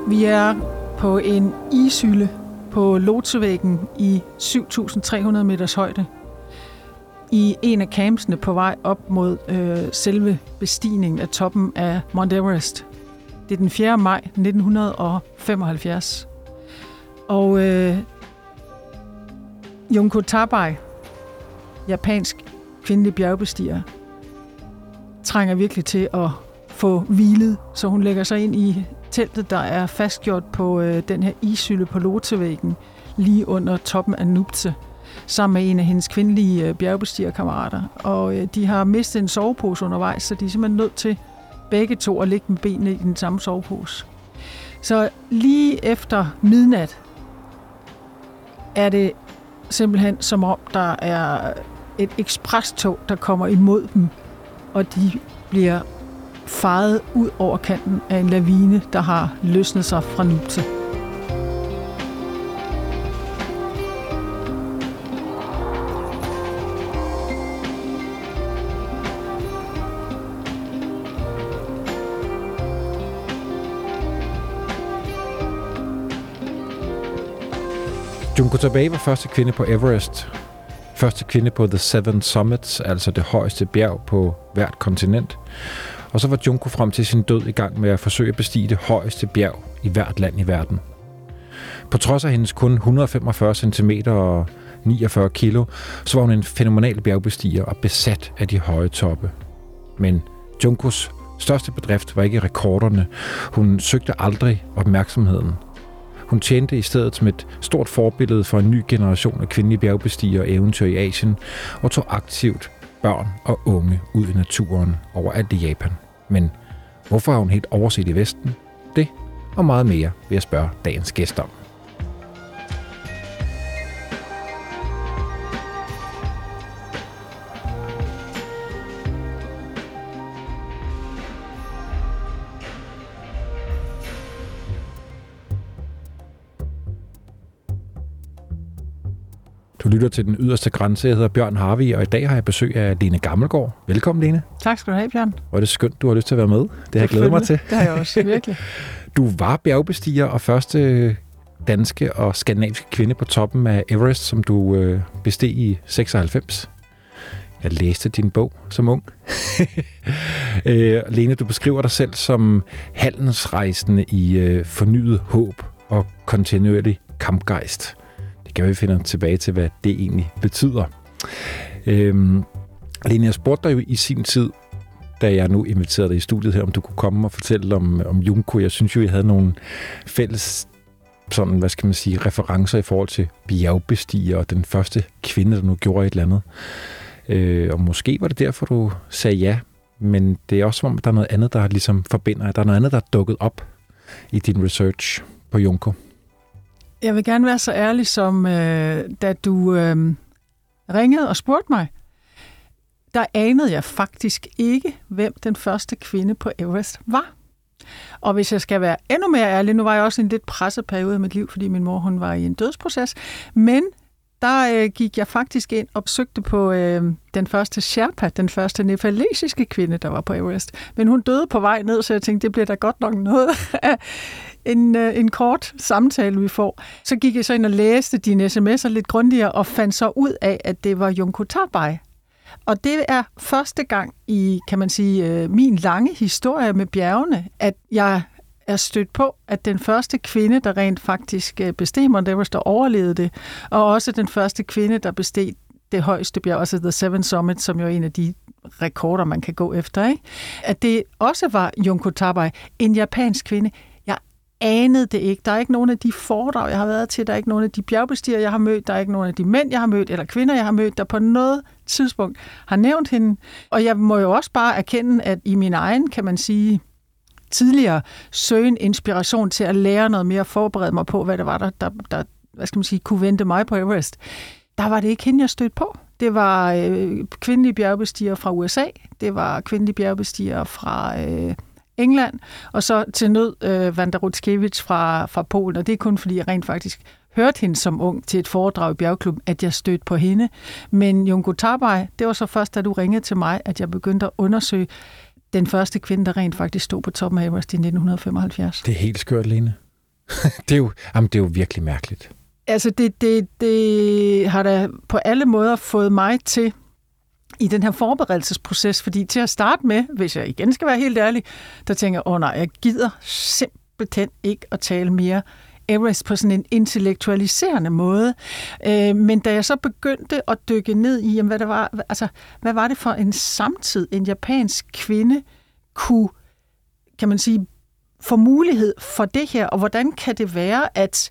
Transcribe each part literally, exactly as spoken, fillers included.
Vi er på en ishylde på Lhotsevæggen i syv tusind tre hundrede meters højde. I en af campsene på vej op mod øh, selve bestigningen af toppen af Mount Everest. Det er den fjerde maj nitten femoghalvfjerds. Og øh, Junko Tabei, japansk kvindelig bjergbestiger, trænger virkelig til at få hvilet, så hun lægger sig ind i teltet, der er fastgjort på øh, den her ishylde på Lhotsevæggen, lige under toppen af Nuptse, sammen med en af hendes kvindelige øh, bjergbestigerkammerater. Og øh, de har mistet en sovepose undervejs, så de er simpelthen nødt til begge to at ligge med benene i den samme sovepose. Så lige efter midnat er det simpelthen som om, der er et eksprestog, der kommer imod dem, og de bliver faret ud over kanten af en lavine, der har løsnet sig fra Nuptse. Junko Tabei var første kvinde på Everest. Første kvinde på The Seven Summits, altså det højeste bjerg på hvert kontinent. Og så var Junko frem til sin død i gang med at forsøge at bestige det højeste bjerg i hvert land i verden. På trods af hendes kun et hundrede og femogfyrre centimeter og niogfyrre kilo, så var hun en fænomenal bjergbestiger og besat af de høje toppe. Men Junkos største bedrift var ikke rekorderne. Hun søgte aldrig opmærksomheden. Hun tjente i stedet som et stort forbillede for en ny generation af kvindelige bjergbestigere og eventyr i Asien, og tog aktivt børn og unge ud i naturen overalt i Japan. Men hvorfor har hun helt overset i Vesten? Det og meget mere vil jeg spørge dagens gæst om. Du lytter til Den Yderste Grænse. Jeg hedder Bjørn Harvig, og i dag har jeg besøg af Lene Gammelgaard. Velkommen, Lene. Tak skal du have, Bjørn. Hvor er det skønt, du har lyst til at være med. Det har jeg glædet mig til. Det har jeg også, virkelig. Du var bjergbestiger og første danske og skandinaviske kvinde på toppen af Everest, som du øh, besteg i seksoghalvfems. Jeg læste din bog som ung. øh, Lene, du beskriver dig selv som handelsrejsende i øh, fornyet håb og kontinuerlig kampgejst. Det kan vi finde tilbage til, hvad det egentlig betyder. Øhm, Lene, jeg spurgte dig jo i sin tid, da jeg nu inviterede dig i studiet her, om du kunne komme og fortælle om, om Junko. Jeg synes jo, I havde nogle fælles sådan, hvad skal man sige, referencer i forhold til bjergbestiger og den første kvinde, der nu gjorde et eller andet. Øh, og måske var det derfor, du sagde ja, men det er også som om, der er noget andet, der ligesom forbinder. Der er noget andet, der er dukket op i din research på Junko. Jeg vil gerne være så ærlig som, øh, da du øh, ringede og spurgte mig. Der anede jeg faktisk ikke, hvem den første kvinde på Everest var. Og hvis jeg skal være endnu mere ærlig, nu var jeg også i en lidt presset periode af mit liv, fordi min mor hun var i en dødsproces, men der øh, gik jeg faktisk ind og søgte på øh, den første Sherpa, den første nepalesiske kvinde, der var på Everest. Men hun døde på vej ned, så jeg tænkte, det bliver da godt nok noget af en, øh, en kort samtale, vi får. Så gik jeg så ind og læste dine sms'er lidt grundigere, og fandt så ud af, at det var Junko Tabei. Og det er første gang i, kan man sige, øh, min lange historie med bjergene, at jeg er stødt på, at den første kvinde, der rent faktisk besteg Mount Everest og overlevede det, og også den første kvinde, der besteg det højeste bjerg, altså The Seven Summits, som jo er en af de rekorder, man kan gå efter, ikke? At det også var Junko Tabei, en japansk kvinde. Jeg anede det ikke. Der er ikke nogen af de foredrag, jeg har været til, der er ikke nogen af de bjergbestigere, jeg har mødt, der er ikke nogen af de mænd, jeg har mødt, eller kvinder, jeg har mødt, der på noget tidspunkt har nævnt hende. Og jeg må jo også bare erkende, at i min egen, kan man sige, tidligere søge en inspiration til at lære noget mere, forberede mig på, hvad det var, der, der, der hvad skal man sige, kunne vente mig på Everest. Der var det ikke hende, jeg stødte på. Det var øh, kvindelige bjergbestigere fra U S A, det var kvindelige bjergbestigere fra øh, England, og så til nød øh, Wanda Rutkiewicz fra, fra Polen, og det er kun fordi, jeg rent faktisk hørte hende som ung til et foredrag i bjergklubben, at jeg stødte på hende. Men Junko Tabei, det var så først, da du ringede til mig, at jeg begyndte at undersøge den første kvinde, der rent faktisk stod på toppen af Everest i nitten femoghalvfjerds. Det er helt skørt, Lene. det, er jo, jamen, det er jo virkelig mærkeligt. Altså, det, det, det har da på alle måder fået mig til i den her forberedelsesproces, fordi til at starte med, hvis jeg igen skal være helt ærlig, der tænker jeg, åh oh, nej, jeg gider simpelthen ikke at tale mere Everest på sådan en intellektualiserende måde. Øh, men da jeg så begyndte at dykke ned i, jamen, hvad, der var, altså, hvad var det for en samtid, en japansk kvinde kunne, kan man sige, få mulighed for det her, og hvordan kan det være, at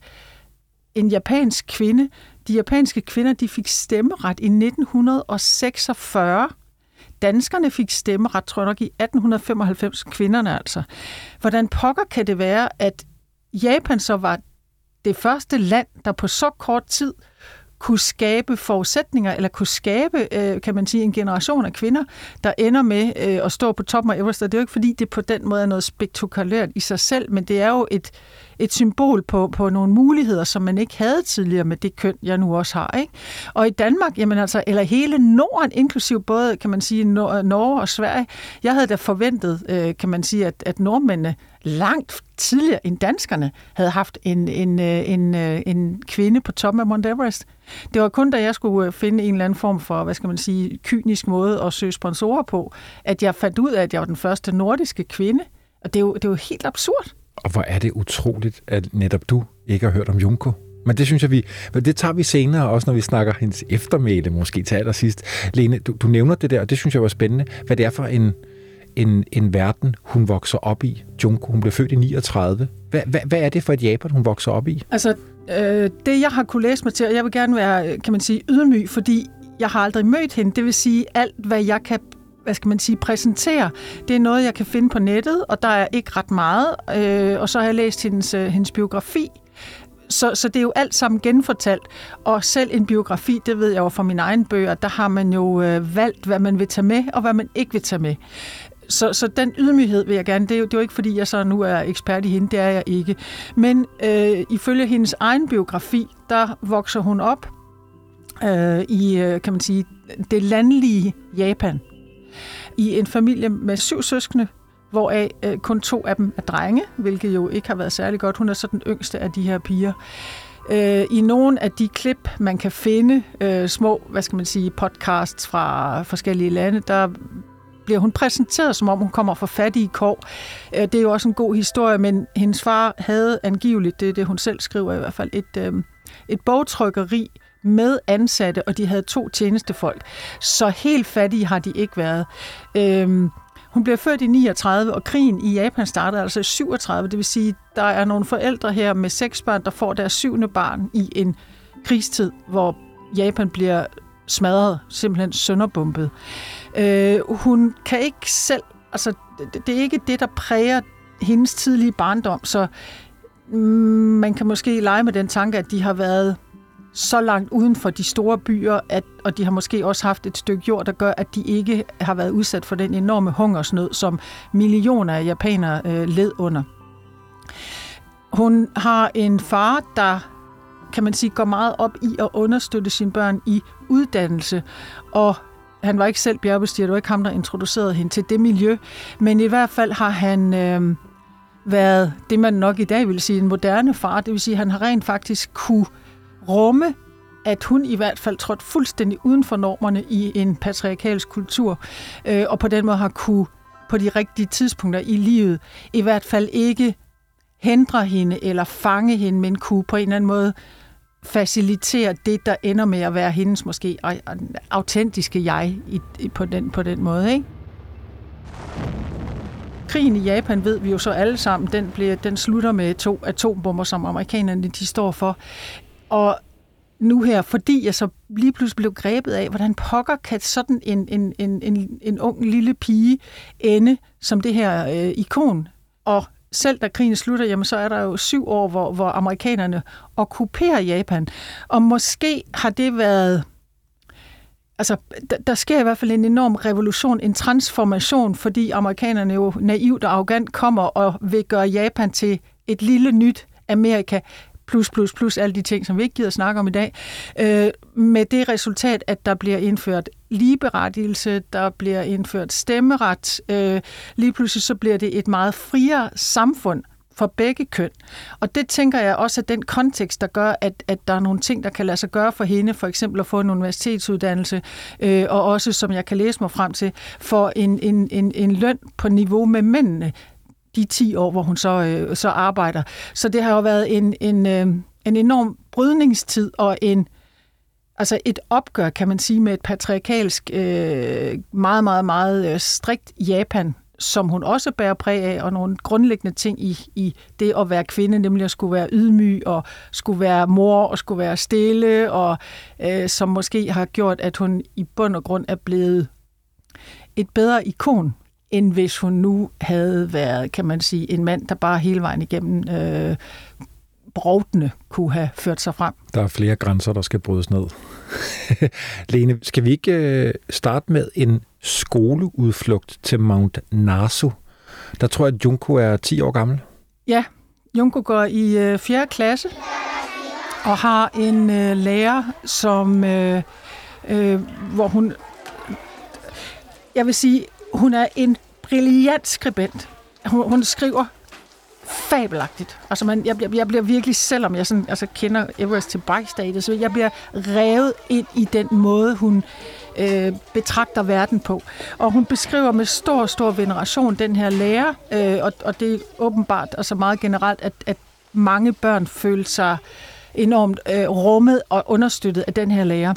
en japansk kvinde, de japanske kvinder, de fik stemmeret i nitten seksogfyrre. Danskerne fik stemmeret, tror jeg nok, i atten femoghalvfems, kvinderne altså. Hvordan pokker kan det være, at Japan så var det første land, der på så kort tid kunne skabe forudsætninger, eller kunne skabe, kan man sige, en generation af kvinder, der ender med at stå på toppen af Everest. Og det er jo ikke, fordi det på den måde er noget spektakulært i sig selv, men det er jo et, et symbol på, på nogle muligheder, som man ikke havde tidligere med det køn, jeg nu også har. Ikke? Og i Danmark, jamen altså, eller hele Norden, inklusiv både, kan man sige, Norge og Sverige, jeg havde da forventet, kan man sige, at, at nordmændene langt tidligere end danskerne havde haft en, en, en, en kvinde på toppen af Mount Everest. Det var kun, da jeg skulle finde en eller anden form for, hvad skal man sige, kynisk måde at søge sponsorer på, at jeg fandt ud af, at jeg var den første nordiske kvinde. Og det er jo, det er jo helt absurd. Og hvor er det utroligt, at netop du ikke har hørt om Junko. Men det synes jeg, vi, det tager vi senere, også når vi snakker hendes eftermæle, måske til allersidst. Lene, du, du nævner det der, og det synes jeg var spændende, hvad det er for en, en, en verden, hun vokser op i. Junko, hun blev født i niogtredive. Hvad, hvad, hvad er det for et Japan, hun vokser op i? Altså, øh, det jeg har kunne læse mig til, og jeg vil gerne være, kan man sige, ydmyg, fordi jeg har aldrig mødt hende. Det vil sige, alt hvad jeg kan, hvad skal man sige, præsentere, det er noget, jeg kan finde på nettet, og der er ikke ret meget. Øh, og så har jeg læst hendes, hendes biografi. Så, så det er jo alt sammen genfortalt. Og selv en biografi, det ved jeg jo fra mine egne bøger, der har man jo øh, valgt, hvad man vil tage med, og hvad man ikke vil tage med. Så, så den ydmyghed vil jeg gerne, det er, jo, det er jo ikke, fordi jeg så nu er ekspert i hende, det er jeg ikke. Men øh, ifølge hendes egen biografi, der vokser hun op øh, i, kan man sige, det landlige Japan. I en familie med syv søskende, hvoraf øh, kun to af dem er drenge, hvilket jo ikke har været særlig godt. Hun er så den yngste af de her piger. Øh, I nogle af de klip, man kan finde, øh, små, hvad skal man sige, podcasts fra forskellige lande, der bliver hun præsenteret, som om hun kommer fra fattige kår. Øh, det er jo også en god historie, men hendes far havde angiveligt, det er det, hun selv skriver i hvert fald, et, øh, et bogtrykkeri med ansatte, og de havde to tjenestefolk. Så helt fattige har de ikke været. Øh, Hun blev født i niogtredive, og krigen i Japan startede altså i syvogtredive. Det vil sige, der er nogle forældre her med seks børn, der får deres syvende barn i en krigstid, hvor Japan bliver smadret, simpelthen sønderbumpet. Øh, hun kan ikke selv, altså det, det er ikke det, der præger hendes tidlige barndom, så mm, man kan måske lege med den tanke, at de har været så langt uden for de store byer, at, og de har måske også haft et stykke jord, der gør, at de ikke har været udsat for den enorme hungersnød, som millioner af japanere øh, led under. Hun har en far, der, kan man sige, går meget op i at understøtte sine børn i uddannelse, og han var ikke selv bjergbestiger, det var ikke ham, der introducerede hende til det miljø, men i hvert fald har han øh, været det, man nok i dag vil sige en moderne far, det vil sige, at han har rent faktisk kunne rumme, at hun i hvert fald trådte fuldstændig uden for normerne i en patriarkalsk kultur, øh, og på den måde har kunne på de rigtige tidspunkter i livet i hvert fald ikke hindre hende eller fange hende, men kunne på en eller anden måde facilitere det, der ender med at være hendes måske autentiske jeg i, i, på, den, på den måde, ikke? Krigen i Japan, ved vi jo så alle sammen, den, bliver, den slutter med to atombomber, som amerikanerne de står for. Og nu her, fordi jeg så lige pludselig blev grebet af, hvordan pokker kan sådan en, en, en, en, en ung lille pige ende som det her øh, ikon. Og selv da krigen slutter, jamen, så er der jo syv år, hvor, hvor amerikanerne okkuperer Japan. Og måske har det været... Altså, der, der sker i hvert fald en enorm revolution, en transformation, fordi amerikanerne jo naivt og arrogant kommer og vil gøre Japan til et lille nyt Amerika, plus, plus, plus alle de ting, som vi ikke gider snakke om i dag, øh, med det resultat, at der bliver indført ligeberettigelse, der bliver indført stemmeret. Øh, lige pludselig så bliver det et meget friere samfund for begge køn. Og det tænker jeg også er den kontekst, der gør, at, at der er nogle ting, der kan lade sig gøre for hende, for eksempel at få en universitetsuddannelse, øh, og også, som jeg kan læse mig frem til, for en, en, en, en løn på niveau med mændene, de ti år, hvor hun så, øh, så arbejder. Så det har jo været en, en, øh, en enorm brydningstid og en altså et opgør, kan man sige, med et patriarkalsk, øh, meget, meget, meget øh, strikt Japan, som hun også bærer præg af, og nogle grundlæggende ting i, i det at være kvinde, nemlig at skulle være ydmyg, og skulle være mor, og skulle være stille, og øh, som måske har gjort, at hun i bund og grund er blevet et bedre ikon, end hvis hun nu havde været, kan man sige, en mand, der bare hele vejen igennem øh, brovtene kunne have ført sig frem. Der er flere grænser, der skal brydes ned. Lene, skal vi ikke starte med en skoleudflugt til Mount Nasu? Der tror jeg, at Junko er ti år gammel. Ja, Junko går i øh, fjerde klasse og har en øh, lærer, som, øh, øh, hvor hun, jeg vil sige, hun er en brilliant skribent. Hun, hun skriver fabelagtigt. Altså man, jeg, jeg, jeg bliver virkelig, selvom jeg sådan, altså kender Everest til bikestatet, så jeg bliver revet ind i den måde, hun øh, betragter verden på. Og hun beskriver med stor, stor veneration den her lærer, øh, og, og det er åbenbart, altså meget generelt, at, at mange børn føler sig enormt øh, rummet og understøttet af den her lærer.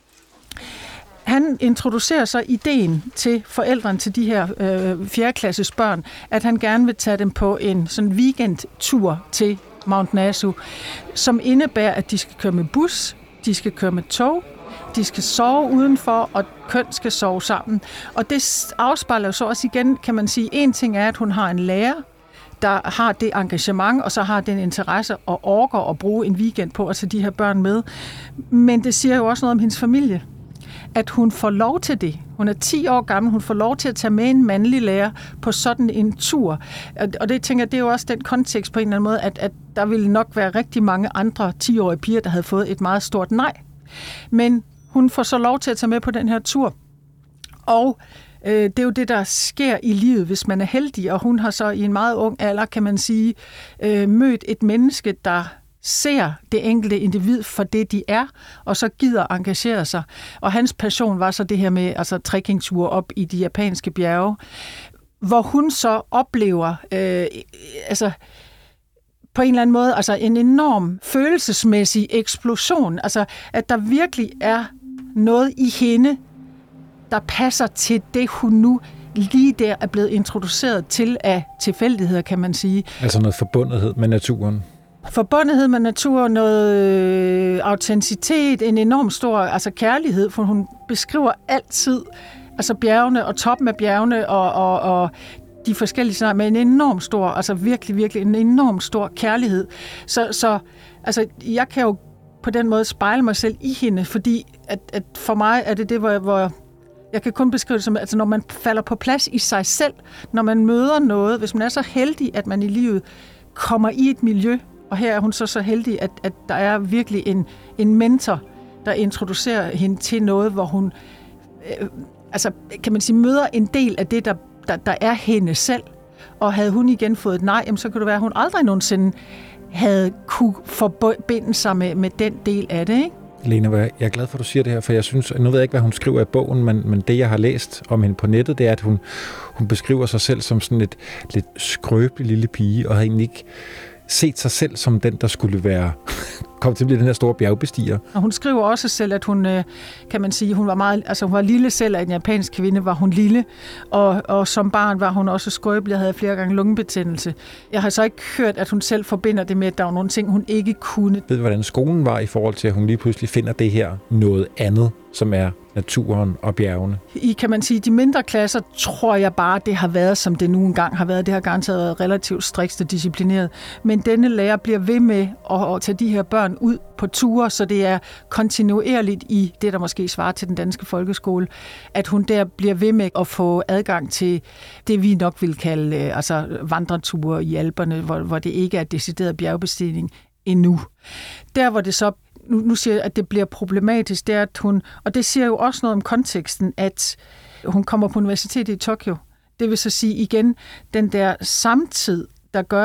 Han introducerer så ideen til forældrene til de her øh, fjerdeklasses børn, at han gerne vil tage dem på en sådan weekendtur til Mount Nasu, som indebærer, at de skal køre med bus, de skal køre med tog, de skal sove udenfor, og køn skal sove sammen. Og det afspejler jo så også igen, kan man sige, en ting er, at hun har en lærer, der har det engagement, og så har den interesse og orker at bruge en weekend på at tage de her børn med. Men det siger jo også noget om hendes familie, at hun får lov til det. Hun er ti år gammel, hun får lov til at tage med en mandlig lærer på sådan en tur. Og det tænker jeg, det er jo også den kontekst på en eller anden måde, at, at der ville nok være rigtig mange andre ti-årige piger, der havde fået et meget stort nej. Men hun får så lov til at tage med på den her tur. Og øh, det er jo det, der sker i livet, hvis man er heldig. Og hun har så i en meget ung alder, kan man sige, øh, mødt et menneske, der ser det enkelte individ for det, de er, og så gider engagere sig. Og hans passion var så det her med altså trekkingture op i de japanske bjerge, hvor hun så oplever øh, altså på en eller anden måde altså en enorm følelsesmæssig eksplosion. Altså at der virkelig er noget i hende, der passer til det, hun nu lige der er blevet introduceret til af tilfældigheder, kan man sige. Altså noget forbundethed med naturen. Forbundethed med natur, noget øh, autenticitet, en enorm stor altså kærlighed, for hun beskriver altid altså bjergene og toppen af bjergene og, og, og de forskellige scenarier med en enorm stor, altså virkelig, virkelig en enorm stor kærlighed. Så, så altså, jeg kan jo på den måde spejle mig selv i hende, fordi at, at for mig er det det, hvor, hvor jeg kan kun beskrive det som, altså når man falder på plads i sig selv, når man møder noget, hvis man er så heldig, at man i livet kommer i et miljø, og her er hun så så heldig, at, at der er virkelig en, en mentor, der introducerer hende til noget, hvor hun øh, altså, kan man sige, møder en del af det, der, der, der er hende selv. Og havde hun igen fået et nej, jamen, så kunne det være, at hun aldrig nogensinde havde kunne forbinde sig med, med den del af det, ikke? Lene, jeg er glad for, at du siger det her, for jeg synes, nu ved jeg ikke, hvad hun skriver i bogen, men, men det, jeg har læst om hende på nettet, det er, at hun, hun beskriver sig selv som sådan et lidt skrøbelig lille pige, og har egentlig ikke set sig selv som den, der skulle være kom til at blive den her store bjergbestiger. Og hun skriver også selv, at hun, kan man sige, hun var meget, altså hun var lille selv, af en japansk kvinde var hun lille, og, og som barn var hun også skrøbelig og havde flere gange lungebetændelse. Jeg har så ikke hørt, at hun selv forbinder det med, at der var nogle ting, hun ikke kunne. Ved du, hvordan skolen var i forhold til, at hun lige pludselig finder det her noget andet, som er naturen og bjergene? I, kan man sige, de mindre klasser, tror jeg bare, det har været, som det nu engang har været. Det har garanteret været relativt strikt og disciplineret. Men denne lærer bliver ved med at, at tage de her børn ud på ture, så det er kontinuerligt i det, der måske svarer til den danske folkeskole, at hun der bliver ved med at få adgang til det, vi nok vil kalde altså vandreture i Alperne, hvor, hvor det ikke er decideret bjergbestigning endnu. Der, hvor det så Nu, nu siger jeg, at det bliver problematisk, det er, at hun, og det siger jo også noget om konteksten, at hun kommer på universitetet i Tokyo. Det vil så sige igen, den der samtid, der gør, at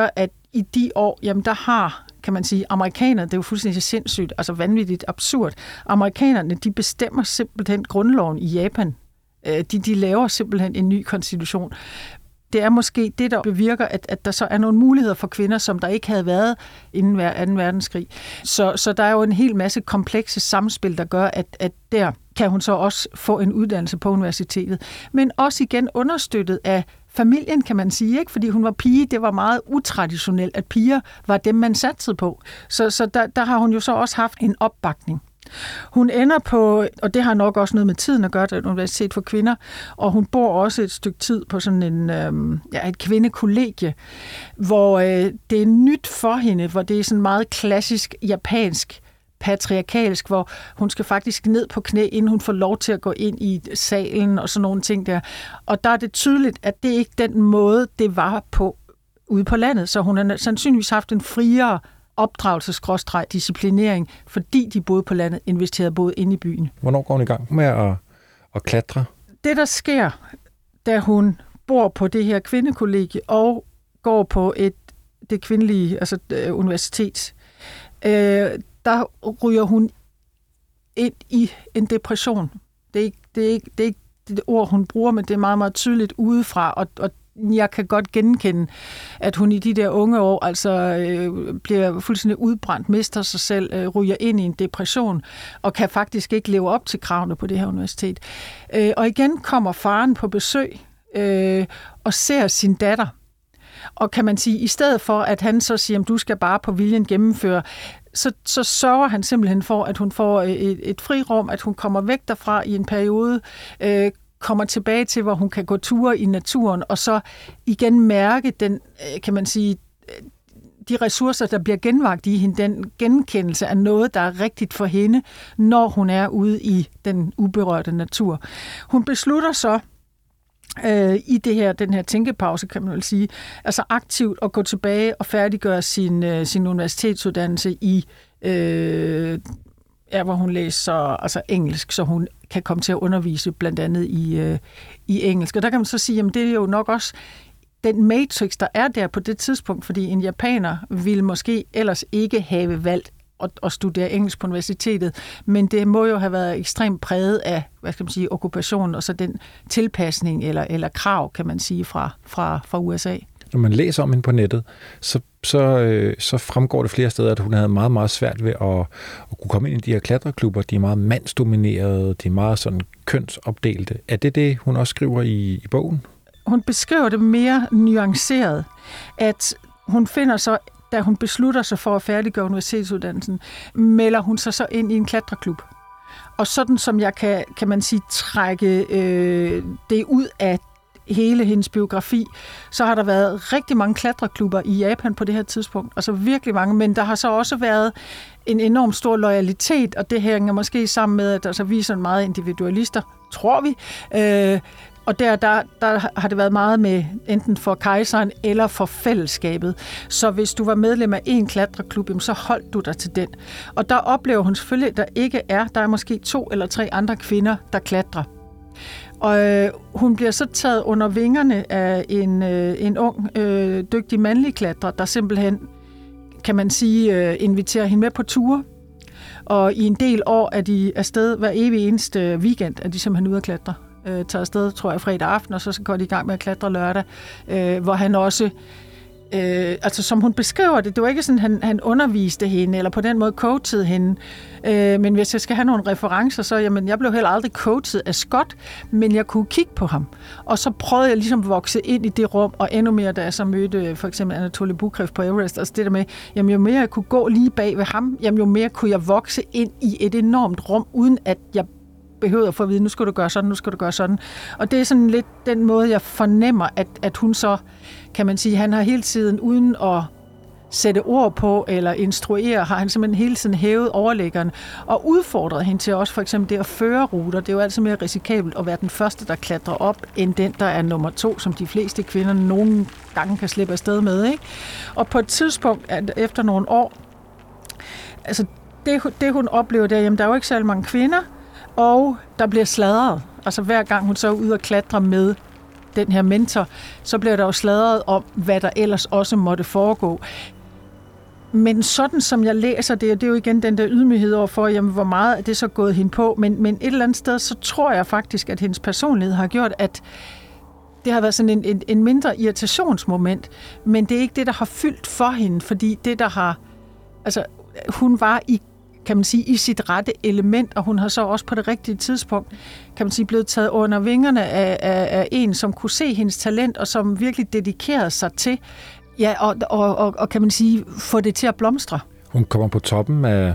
i de år, jamen der har, kan man sige, amerikanerne, det er jo fuldstændig sindssygt, altså vanvittigt absurd. Amerikanerne, de bestemmer simpelthen grundloven i Japan. De, de laver simpelthen en ny konstitution. Det er måske det, der bevirker, at, at der så er nogle muligheder for kvinder, som der ikke havde været inden anden verdenskrig. Så, så der er jo en hel masse komplekse samspil, der gør, at, at der kan hun så også få en uddannelse på universitetet. Men også igen understøttet af familien, kan man sige, ikke? Fordi hun var pige. Det var meget utraditionelt, at piger var dem, man satsede på. Så, så der, der har hun jo så også haft en opbakning. Hun ender på, og det har nok også noget med tiden at gøre, det er et universitet for kvinder, og hun bor også et stykke tid på sådan en, øh, ja, et kvindekollegie, hvor øh, det er nyt for hende, hvor det er sådan meget klassisk japansk, patriarkalsk, hvor hun skal faktisk ned på knæ, inden hun får lov til at gå ind i salen og sådan nogle ting der. Og der er det tydeligt, at det ikke er den måde, det var på ude på landet, så hun har sandsynligvis haft en friere opdragelsesdisciplinering, fordi de boede på landet, end hvis de havde boet inde i byen. Hvornår går hun i gang med at, at klatre? Det, der sker, da hun bor på det her kvindekollegie og går på et det kvindelige altså, øh, universitet, øh, der ryger hun ind i en depression. Det er ikke det, er ikke, det, er ikke det ord, hun bruger, men det er meget, meget tydeligt udefra, og, og jeg kan godt genkende, at hun i de der unge år altså øh, bliver fuldstændig udbrændt, mister sig selv, øh, ryger ind i en depression og kan faktisk ikke leve op til kravene på det her universitet. Øh, og igen kommer faren på besøg øh, og ser sin datter. Og kan man sige, i stedet for, at han så siger, at du skal bare på viljen gennemføre, så, så sørger han simpelthen for, at hun får et, et frirum, at hun kommer væk derfra i en periode, øh, kommer tilbage til, hvor hun kan gå ture i naturen, og så igen mærke den, kan man sige, de ressourcer, der bliver genvagt i hende, den genkendelse af noget, der er rigtigt for hende, når hun er ude i den uberørte natur. Hun beslutter så øh, i det her, den her tænkepause, kan man vel sige, altså aktivt at gå tilbage og færdiggøre sin, øh, sin universitetsuddannelse i øh, ja, hvor hun læser altså engelsk, så hun kan komme til at undervise blandt andet i, øh, i engelsk. Og der kan man så sige, at det er jo nok også den matrix, der er der på det tidspunkt, fordi en japaner ville måske ellers ikke have valgt at, at studere engelsk på universitetet, men det må jo have været ekstremt præget af, hvad skal man sige, okkupationen og så den tilpasning eller, eller krav, kan man sige, fra, fra, fra U S A. Når man læser om hende på nettet, så, så, øh, så fremgår det flere steder, at hun havde meget, meget svært ved at, at kunne komme ind i de her klatreklubber. De er meget mandsdominerede, de er meget sådan kønsopdelte. Er det det, hun også skriver i, i bogen? Hun beskriver det mere nuanceret, at hun finder så, da hun beslutter sig for at færdiggøre universitetsuddannelsen, melder hun sig så ind i en klatreklub. Og sådan som jeg kan, kan man sige, trække øh, det ud af hele hendes biografi, så har der været rigtig mange klatreklubber i Japan på det her tidspunkt. Altså virkelig mange, men der har så også været en enorm stor loyalitet, og det hænger måske sammen med, at altså, vi er sådan meget individualister, tror vi. Øh, og der, der, der har det været meget med enten for kejseren eller for fællesskabet. Så hvis du var medlem af en klatreklub, så holdt du dig til den. Og der oplever hun selvfølgelig, at der ikke er, der er måske to eller tre andre kvinder, der klatrer. Og øh, hun bliver så taget under vingerne af en, øh, en ung, øh, dygtig mandlig klatrer, der simpelthen, kan man sige, øh, inviterer hende med på ture. Og i en del år er de afsted hver evig eneste weekend, er de simpelthen ude at klatre. Øh, tager afsted, tror jeg, fredag aften, og så går de i gang med at klatre lørdag, øh, hvor han også, øh, altså som hun beskriver det, det var ikke sådan, han, han underviste hende, eller på den måde coachede hende, øh, men hvis jeg skal have nogle referencer, så, jamen, jeg blev heller aldrig coachet af Scott, men jeg kunne kigge på ham, og så prøvede jeg ligesom at vokse ind i det rum, og endnu mere, da jeg så mødte for eksempel Anatoly Bukrev på Everest, altså det der med, jamen jo mere jeg kunne gå lige bag ved ham, jamen jo mere kunne jeg vokse ind i et enormt rum, uden at jeg behøvede at få at vide, nu skal du gøre sådan, nu skal du gøre sådan. Og det er sådan lidt den måde, jeg fornemmer, at, at hun så, kan man sige, han har hele tiden, uden at sætte ord på eller instruere, har han simpelthen hele tiden hævet overlæggeren og udfordret hende til også for eksempel det at føre ruter. Det er jo altid mere risikabelt at være den første, der klatrer op, end den, der er nummer to, som de fleste kvinder nogle gange kan slippe afsted med. Ikke? Og på et tidspunkt, efter nogle år, altså det, det hun oplever der, jamen der er jo ikke særlig mange kvinder, og der bliver sladret. Altså hver gang hun så er ude og klatre med den her mentor, så bliver der jo sladret om, hvad der ellers også måtte foregå. Men sådan som jeg læser det, det er jo igen den der ydmyghed overfor, jamen, hvor meget er det så gået hende på, men, men et eller andet sted, så tror jeg faktisk, at hendes personlighed har gjort, at det har været sådan en, en, en mindre irritationsmoment, men det er ikke det, der har fyldt for hende, fordi det, der har... Altså, hun var i, kan man sige, i sit rette element, og hun har så også på det rigtige tidspunkt, kan man sige, blevet taget under vingerne af, af, af en, som kunne se hendes talent, og som virkelig dedikerede sig til, ja, og, og, og, og kan man sige, få det til at blomstre. Hun kommer på toppen af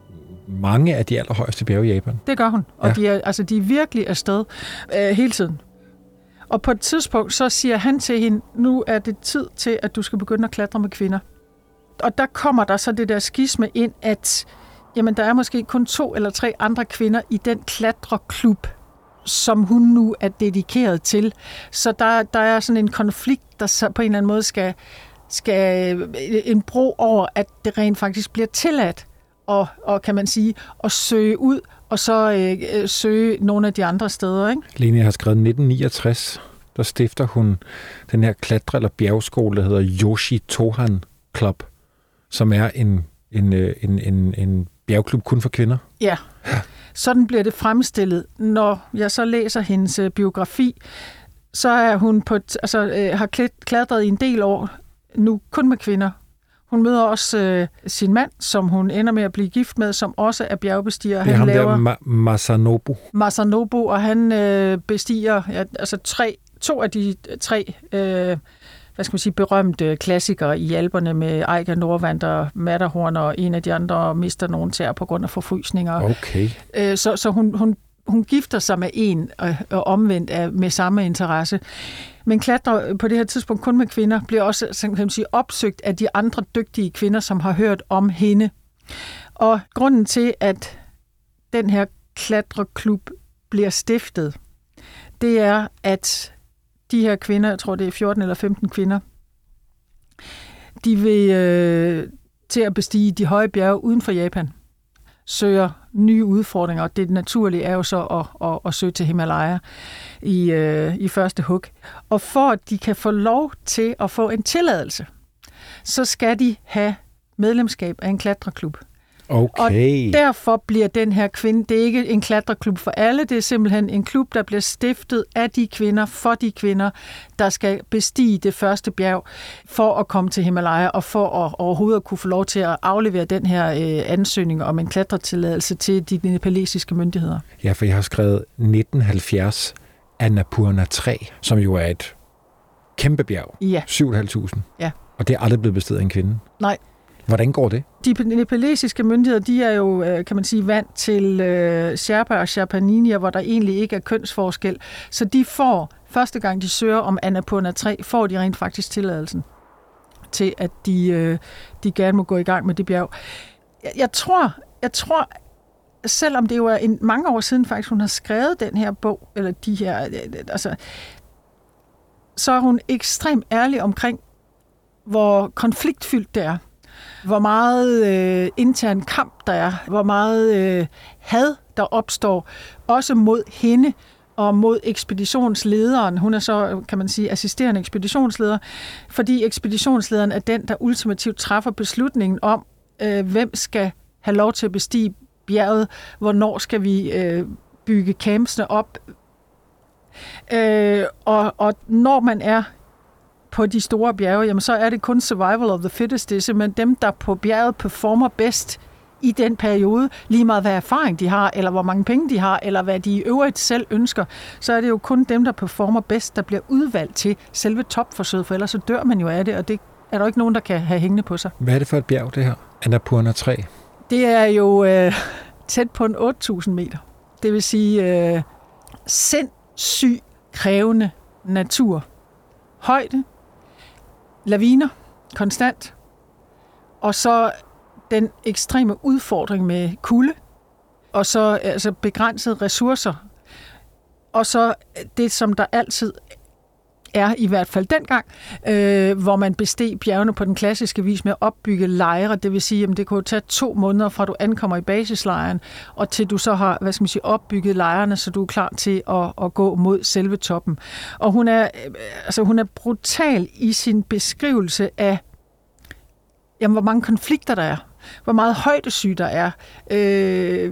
mange af de allerhøjeste bjerge i Japan. Det gør hun, og ja. de, er, altså, de er virkelig afsted øh, hele tiden. Og på et tidspunkt, så siger han til hende, nu er det tid til, at du skal begynde at klatre med kvinder. Og der kommer der så det der skisme ind, at jamen, der er måske kun to eller tre andre kvinder i den klatreklub, som hun nu er dedikeret til. Så der, der er sådan en konflikt, der så på en eller anden måde skal, skal en bro over, at det rent faktisk bliver tilladt, og, og kan man sige, at søge ud, og så øh, søge nogle af de andre steder. Ikke? Lene, jeg har skrevet nitten niogtres, der stifter hun den her klatre- eller bjergskole, der hedder Yoshi Tohan Club, som er en, en, en, en, en bjergklub kun for kvinder. Ja, sådan bliver det fremstillet. Når jeg så læser hendes biografi, så er hun på, altså, øh, har klatret i en del år nu kun med kvinder. Hun møder også øh, sin mand, som hun ender med at blive gift med, som også er bjergbestiger. Det er han ham laver, der, Ma- Masanobu. Masanobu, og han øh, bestiger ja, altså tre, to af de tre øh, hvad skal man sige, berømte klassikere i Alperne med Eiger, Nordwander, Matterhorn, og en af de andre mister nogen tæer på grund af forfrysninger. Okay. Øh, så så hun, hun, hun gifter sig med en og, og omvendt af, med samme interesse. Men klatrer på det her tidspunkt kun med kvinder, bliver også så kan man sige, opsøgt af de andre dygtige kvinder, som har hørt om hende. Og grunden til, at den her klatreklub bliver stiftet, det er, at de her kvinder, jeg tror det er fjorten eller femten kvinder, de vil øh, til at bestige de høje bjerge uden for Japan, søger nye udfordringer, og det naturlige er jo så at, at, at søge til Himalaya i, øh, i første hug. Og for at de kan få lov til at få en tilladelse, så skal de have medlemskab af en klatreklub. Okay. Og derfor bliver den her kvinde, det er ikke en klatreklub for alle, det er simpelthen en klub, der bliver stiftet af de kvinder, for de kvinder, der skal bestige det første bjerg, for at komme til Himalaya, og for at overhovedet at kunne få lov til at aflevere den her øh, ansøgning om en klatretilladelse til de nepalesiske myndigheder. Ja, for jeg har skrevet nitten halvfjerds Annapurna tre, som jo er et kæmpe bjerg. Ja. syv tusind fem hundrede. Ja. Og det er aldrig blevet besteget af en kvinde. Nej. Hvordan går det? De nepalesiske myndigheder, de er jo, kan man sige, vant til øh, Sherpa og Sherpaninier, hvor der egentlig ikke er kønsforskel. Så de får, første gang de søger om Annapurna tre, får de rent faktisk tilladelsen til, at de, øh, de gerne må gå i gang med det bjerg. Jeg, jeg tror, jeg tror, selvom det jo er en, mange år siden faktisk, hun har skrevet den her bog, eller de her, altså, så er hun ekstremt ærlig omkring, hvor konfliktfyldt det er. Hvor meget øh, intern kamp der er, hvor meget øh, had der opstår, også mod hende og mod ekspeditionslederen. Hun er så, kan man sige, assisterende ekspeditionsleder, fordi ekspeditionslederen er den, der ultimativt træffer beslutningen om, øh, hvem skal have lov til at bestige bjerget, hvornår skal vi øh, bygge campsene op. Øh, og, og når man er på de store bjerge, jamen så er det kun survival of the fittest. Det er simpelthen dem, der på bjerget performer bedst i den periode, lige meget hvad erfaring de har, eller hvor mange penge de har, eller hvad de i øvrigt selv ønsker, så er det jo kun dem, der performer bedst, der bliver udvalgt til selve topforsøget, for ellers så dør man jo af det, og det er der ikke nogen, der kan have hængende på sig. Hvad er det for et bjerg, det her? Annapurna tre? Det er jo øh, tæt på en otte tusind meter. Det vil sige øh, sindssygt krævende natur. Højde, laviner, konstant, og så den ekstreme udfordring med kulde, og så altså begrænsede ressourcer, og så det, som der altid er i hvert fald dengang, øh, hvor man besteg bjergene på den klassiske vis med at opbygge lejre. Det vil sige, at det kunne tage to måneder fra du ankommer i basislejren, og til du så har, hvad skal man sige, opbygget lejrene, så du er klar til at, at gå mod selve toppen. Og hun er, altså, hun er brutal i sin beskrivelse af, jamen, hvor mange konflikter der er, hvor meget højdesyge der er, øh,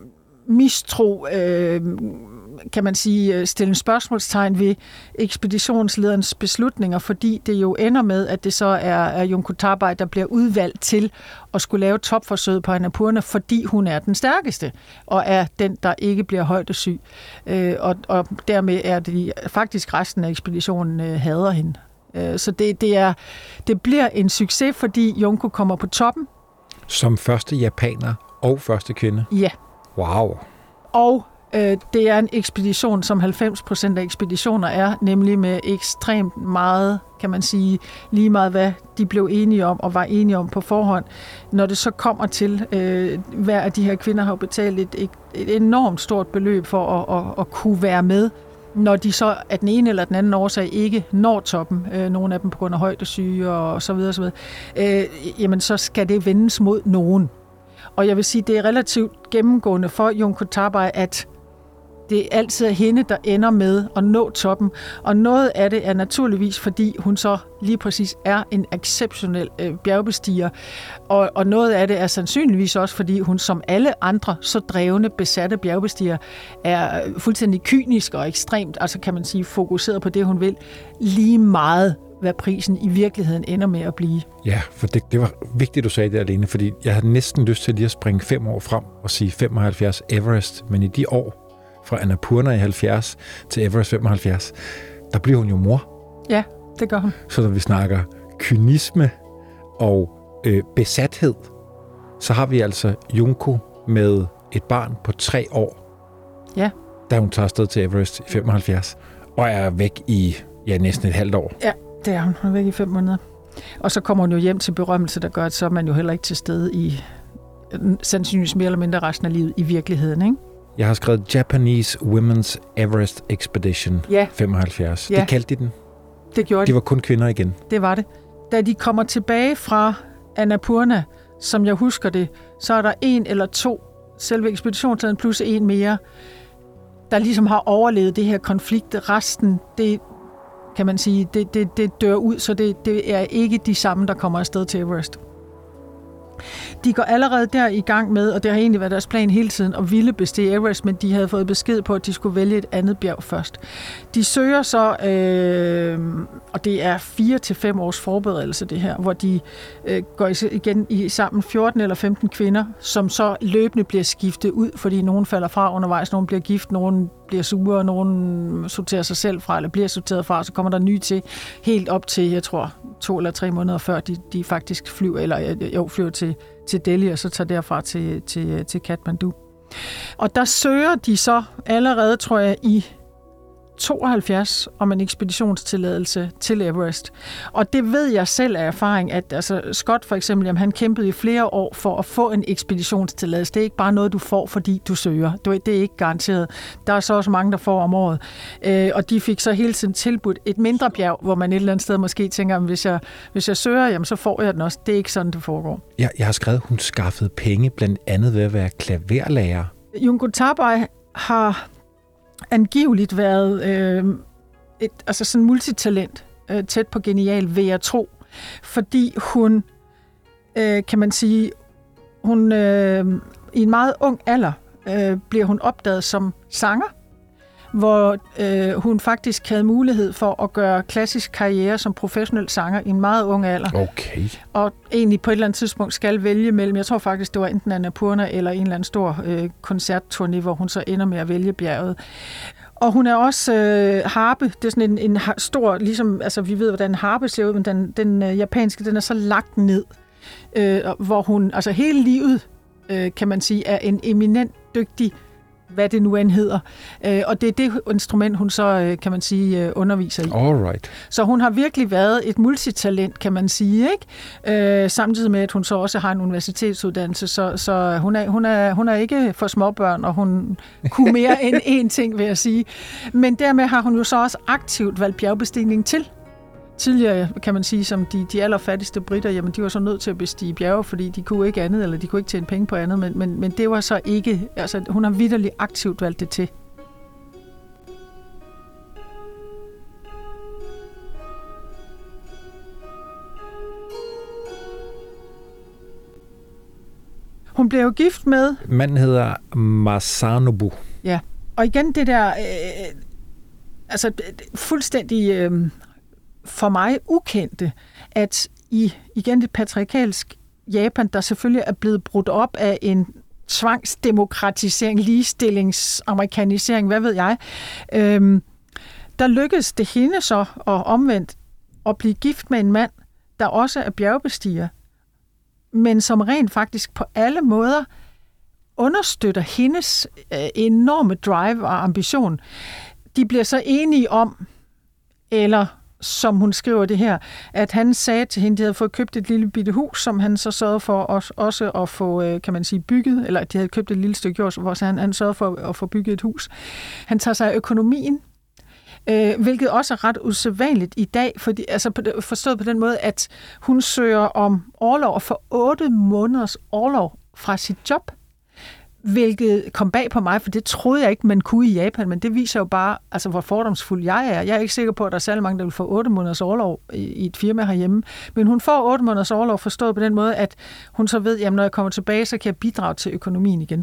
mistro, øh, kan man sige, stille spørgsmålstegn ved ekspeditionslederens beslutninger, fordi det jo ender med, at det så er, er Junko Tabei, der bliver udvalgt til at skulle lave topforsøget på Annapurna, fordi hun er den stærkeste, og er den, der ikke bliver højdesyg. Øh, og, og dermed er det faktisk resten af ekspeditionen øh, hader hende. Øh, så det, det, er, det bliver en succes, fordi Junko kommer på toppen. Som første japaner og første kvinde? Ja. Wow. Og øh, det er en ekspedition, som halvfems procent af ekspeditioner er, nemlig med ekstremt meget, kan man sige, lige meget hvad de blev enige om og var enige om på forhånd. Når det så kommer til, øh, hver af de her kvinder har betalt et, et, et enormt stort beløb for at, at, at kunne være med, når de så af den ene eller den anden årsag ikke når toppen, øh, nogle af dem på grund af højdesyge og så videre, så videre, øh, jamen så skal det vendes mod nogen. Og jeg vil sige, det er relativt gennemgående for Junko Tabei, at det altid er hende, der ender med at nå toppen. Og noget af det er naturligvis, fordi hun så lige præcis er en exceptionel øh, bjergbestiger. Og, og noget af det er sandsynligvis også, fordi hun som alle andre så drevne, besatte bjergbestiger er fuldstændig kynisk og ekstremt, altså kan man sige, fokuseret på det, hun vil, lige meget hvad prisen i virkeligheden ender med at blive. Ja, for det, det var vigtigt, du sagde det alene, fordi jeg havde næsten lyst til lige at springe fem år frem og sige femoghalvfjerds Everest, men i de år fra Annapurna i halvfjerds til Everest femoghalvfjerds, der bliver hun jo mor. Ja, det gør hun. Så når vi snakker kynisme og øh, besathed, så har vi altså Junko med et barn på tre år, ja, da hun tager afsted til Everest i femoghalvfjerds, og er væk i ja, næsten et halvt år. Ja, det er hun. Hun er væk i fem måneder. Og så kommer hun jo hjem til berømmelse, der gør, at så er man jo heller ikke til stede i sandsynligvis mere eller mindre resten af livet i virkeligheden, ikke? Jeg har skrevet Japanese Women's Everest Expedition ja. femoghalvfjerds. Ja. Det kaldte de den. Det gjorde de. De var kun kvinder igen. Det var det. Da de kommer tilbage fra Annapurna, som jeg husker det, så er der en eller to, selve ekspeditionstiden plus en mere, der ligesom har overlevet det her konflikt. Resten, det kan man sige, det, det, det dør ud, så det, det er ikke de samme, der kommer afsted til Everest. De går allerede der i gang med, og det har egentlig været deres plan hele tiden, at ville bestige Everest, men de havde fået besked på, at de skulle vælge et andet bjerg først. De søger så, øh, og det er fire til fem års forberedelse det her, hvor de øh, går igen i sammen fjorten eller femten kvinder, som så løbende bliver skiftet ud, fordi nogen falder fra undervejs, nogen bliver gift, nogen bliver sure, nogen sorterer sig selv fra, eller bliver sorteret fra, så kommer der nye til, helt op til, jeg tror, to eller tre måneder før de, de faktisk flyver, eller jo, flyver til, til Delhi, og så tager derfra til, til, til Kathmandu. Og der søger de så allerede, tror jeg, i tooghalvfjerds om en ekspeditionstilladelse til Everest. Og det ved jeg selv af erfaring, at altså, Scott for eksempel, jamen, han kæmpede i flere år for at få en ekspeditionstilladelse. Det er ikke bare noget, du får, fordi du søger. Det er ikke garanteret. Der er så også mange, der får om året. Øh, og de fik så hele tiden tilbudt et mindre bjerg, hvor man et eller andet sted måske tænker, at hvis jeg, hvis jeg søger, jamen, så får jeg den også. Det er ikke sådan, det foregår. Jeg, jeg har skrevet, at hun skaffede penge blandt andet ved at være klaverlærer. Junko Tabei har angiveligt været øh, et altså sådan multitalent, øh, tæt på genial, vil jeg tro. Fordi hun, øh, kan man sige, hun øh, i en meget ung alder øh, bliver hun opdaget som sanger, hvor øh, hun faktisk havde mulighed for at gøre klassisk karriere som professionel sanger i en meget ung alder. Okay. Og egentlig på et eller andet tidspunkt skal vælge mellem, jeg tror faktisk, det var enten Annapurna eller en eller anden stor øh, koncertturné, hvor hun så ender med at vælge bjerget. Og hun er også øh, harpe. Det er sådan en, en stor, ligesom, altså vi ved, hvordan en harpe ser ud, men den, den øh, japanske, den er så lagt ned, øh, hvor hun, altså hele livet, øh, kan man sige, er en eminent dygtig hvad det nu end hedder. Øh, og det er det instrument, hun så, øh, kan man sige, øh, underviser i. Alright. Så hun har virkelig været et multitalent, kan man sige, ikke? Øh, samtidig med, at hun så også har en universitetsuddannelse, så, så hun, er, hun, er, hun er ikke for småbørn, og hun kunne mere end én ting, vil jeg sige. Men dermed har hun jo så også aktivt valgt bjergbestigning til. Tidligere, kan man sige, som de, de allerfattigste britter, jamen de var så nødt til at bestige bjerge, fordi de kunne ikke andet, eller de kunne ikke tjene penge på andet, men, men, men det var så ikke, altså hun har vitterligt aktivt valgt det til. Hun blev jo gift med... Manden hedder Masanobu. Ja, og igen det der, øh, altså fuldstændig... Øh, for mig ukendte, at i igen det patriarkalsk Japan, der selvfølgelig er blevet brudt op af en tvangsdemokratisering, ligestillings, amerikanisering, hvad ved jeg, øhm, der lykkedes det hende så og omvendt at blive gift med en mand, der også er bjergbestiger, men som rent faktisk på alle måder understøtter hendes øh, enorme drive og ambition. De bliver så enige om, eller som hun skriver det her, at han sagde til hende, at de havde fået købt et lille bitte hus, som han så sørgede for os, også at få, kan man sige, bygget, eller de havde købt et lille stykke jord, hvor han, han sørgede for at få bygget et hus. Han tager sig af økonomien, øh, hvilket også er ret usædvanligt i dag, fordi, altså på, forstået på den måde, at hun søger om orlov og får otte måneders orlov fra sit job, hvilket kom bag på mig, for det troede jeg ikke, man kunne i Japan, men det viser jo bare, altså, hvor fordomsfuld jeg er. Jeg er ikke sikker på, at der er særlig mange, der vil få otte måneders orlov i, i et firma herhjemme, men hun får otte måneders orlov forstået på den måde, at hun så ved, at når jeg kommer tilbage, så kan jeg bidrage til økonomien igen.